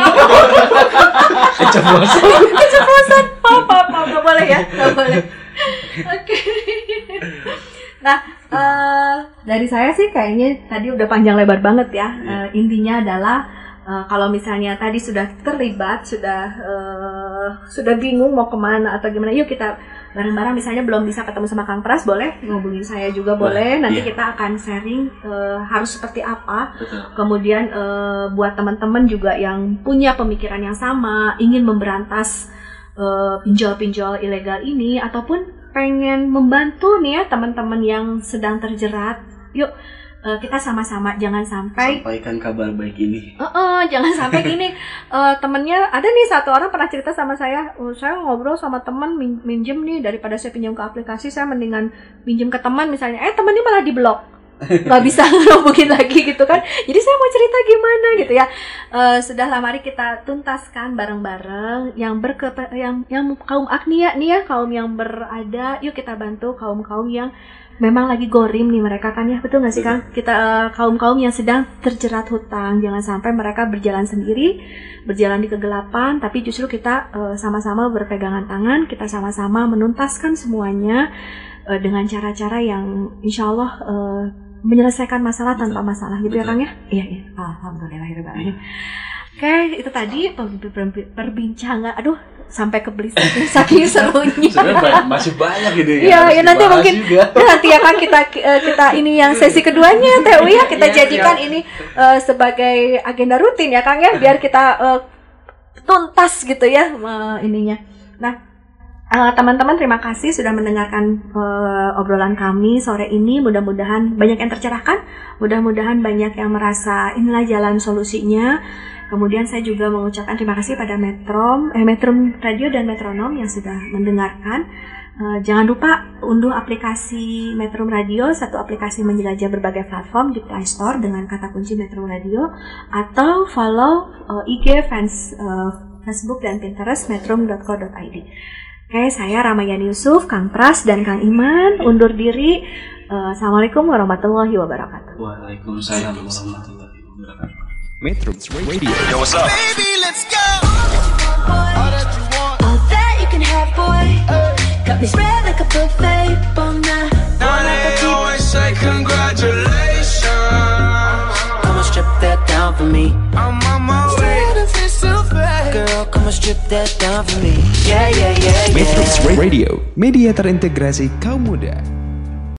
Keceplosan. Maaf, nggak boleh ya, nggak boleh. Oke. Nah, dari saya sih kayaknya tadi udah panjang lebar banget ya. Intinya adalah kalau misalnya tadi sudah terlibat, sudah bingung mau kemana atau gimana, yuk kita bareng-bareng. Misalnya belum bisa ketemu sama Kang Pras, boleh ngubungin saya juga boleh. Nanti kita akan sharing harus seperti apa. Kemudian buat teman-teman juga yang punya pemikiran yang sama, ingin memberantas pinjol-pinjol ilegal ini ataupun pengen membantu nih ya teman-teman yang sedang terjerat, yuk kita sama-sama jangan sampai sampaikan kabar baik ini. Jangan sampai gini, temennya ada nih satu orang pernah cerita sama saya, saya ngobrol sama teman minjem nih, daripada saya pinjam ke aplikasi saya mendingan pinjam ke teman misalnya, temennya malah diblok. Nggak bisa ngehubungin lagi gitu kan. Jadi saya mau cerita gimana gitu ya. Sudahlah, mari kita tuntaskan bareng-bareng yang kaum agnia nih ya, kaum yang berada, yuk kita bantu kaum-kaum yang memang lagi gorim nih mereka kan ya, betul nggak sih Kang? Kita kaum-kaum yang sedang terjerat hutang, jangan sampai mereka berjalan sendiri, berjalan di kegelapan, tapi justru kita sama-sama berpegangan tangan, kita sama-sama menuntaskan semuanya dengan cara-cara yang insya Allah menyelesaikan masalah tanpa masalah gitu. Betul. Ya Kang ya? Iya. Alhamdulillahirrahmanirrahim. Oke, itu tadi perbincangan. Aduh, sampai kebelis saking serunya. Sebenarnya masih banyak gitu ya. Iya, nanti mungkin nanti ya kan kita ini yang sesi keduanya TU ya, kita jadikan ini sebagai agenda rutin ya Kang ya, biar kita tuntas gitu ya ininya. Nah, Teman-teman, terima kasih sudah mendengarkan obrolan kami sore ini. Mudah-mudahan banyak yang tercerahkan, mudah-mudahan banyak yang merasa inilah jalan solusinya. Kemudian saya juga mengucapkan terima kasih pada Metrum Radio dan Metronom yang sudah mendengarkan. Jangan lupa unduh aplikasi Metrum Radio, satu aplikasi menjelajah berbagai platform di Play Store dengan kata kunci Metrum Radio, atau follow IG, Facebook dan Pinterest metrum.co.id. Oke, saya Ramayani Yusuf, Kang Pras, dan Kang Iman undur diri. Assalamualaikum warahmatullahi wabarakatuh. Waalaikumsalam warahmatullahi wabarakatuh. Metro Radio. Yo, what's up? Baby, let's go. All that you can have, boy. Got me spread like a buffet, bon now. They always say congratulations. Come and strip that down for me. I'm on my way. Girl, come and strip that down for me. Yeah, yeah, yeah, yeah. Metro Radio, media terintegrasi kaum muda.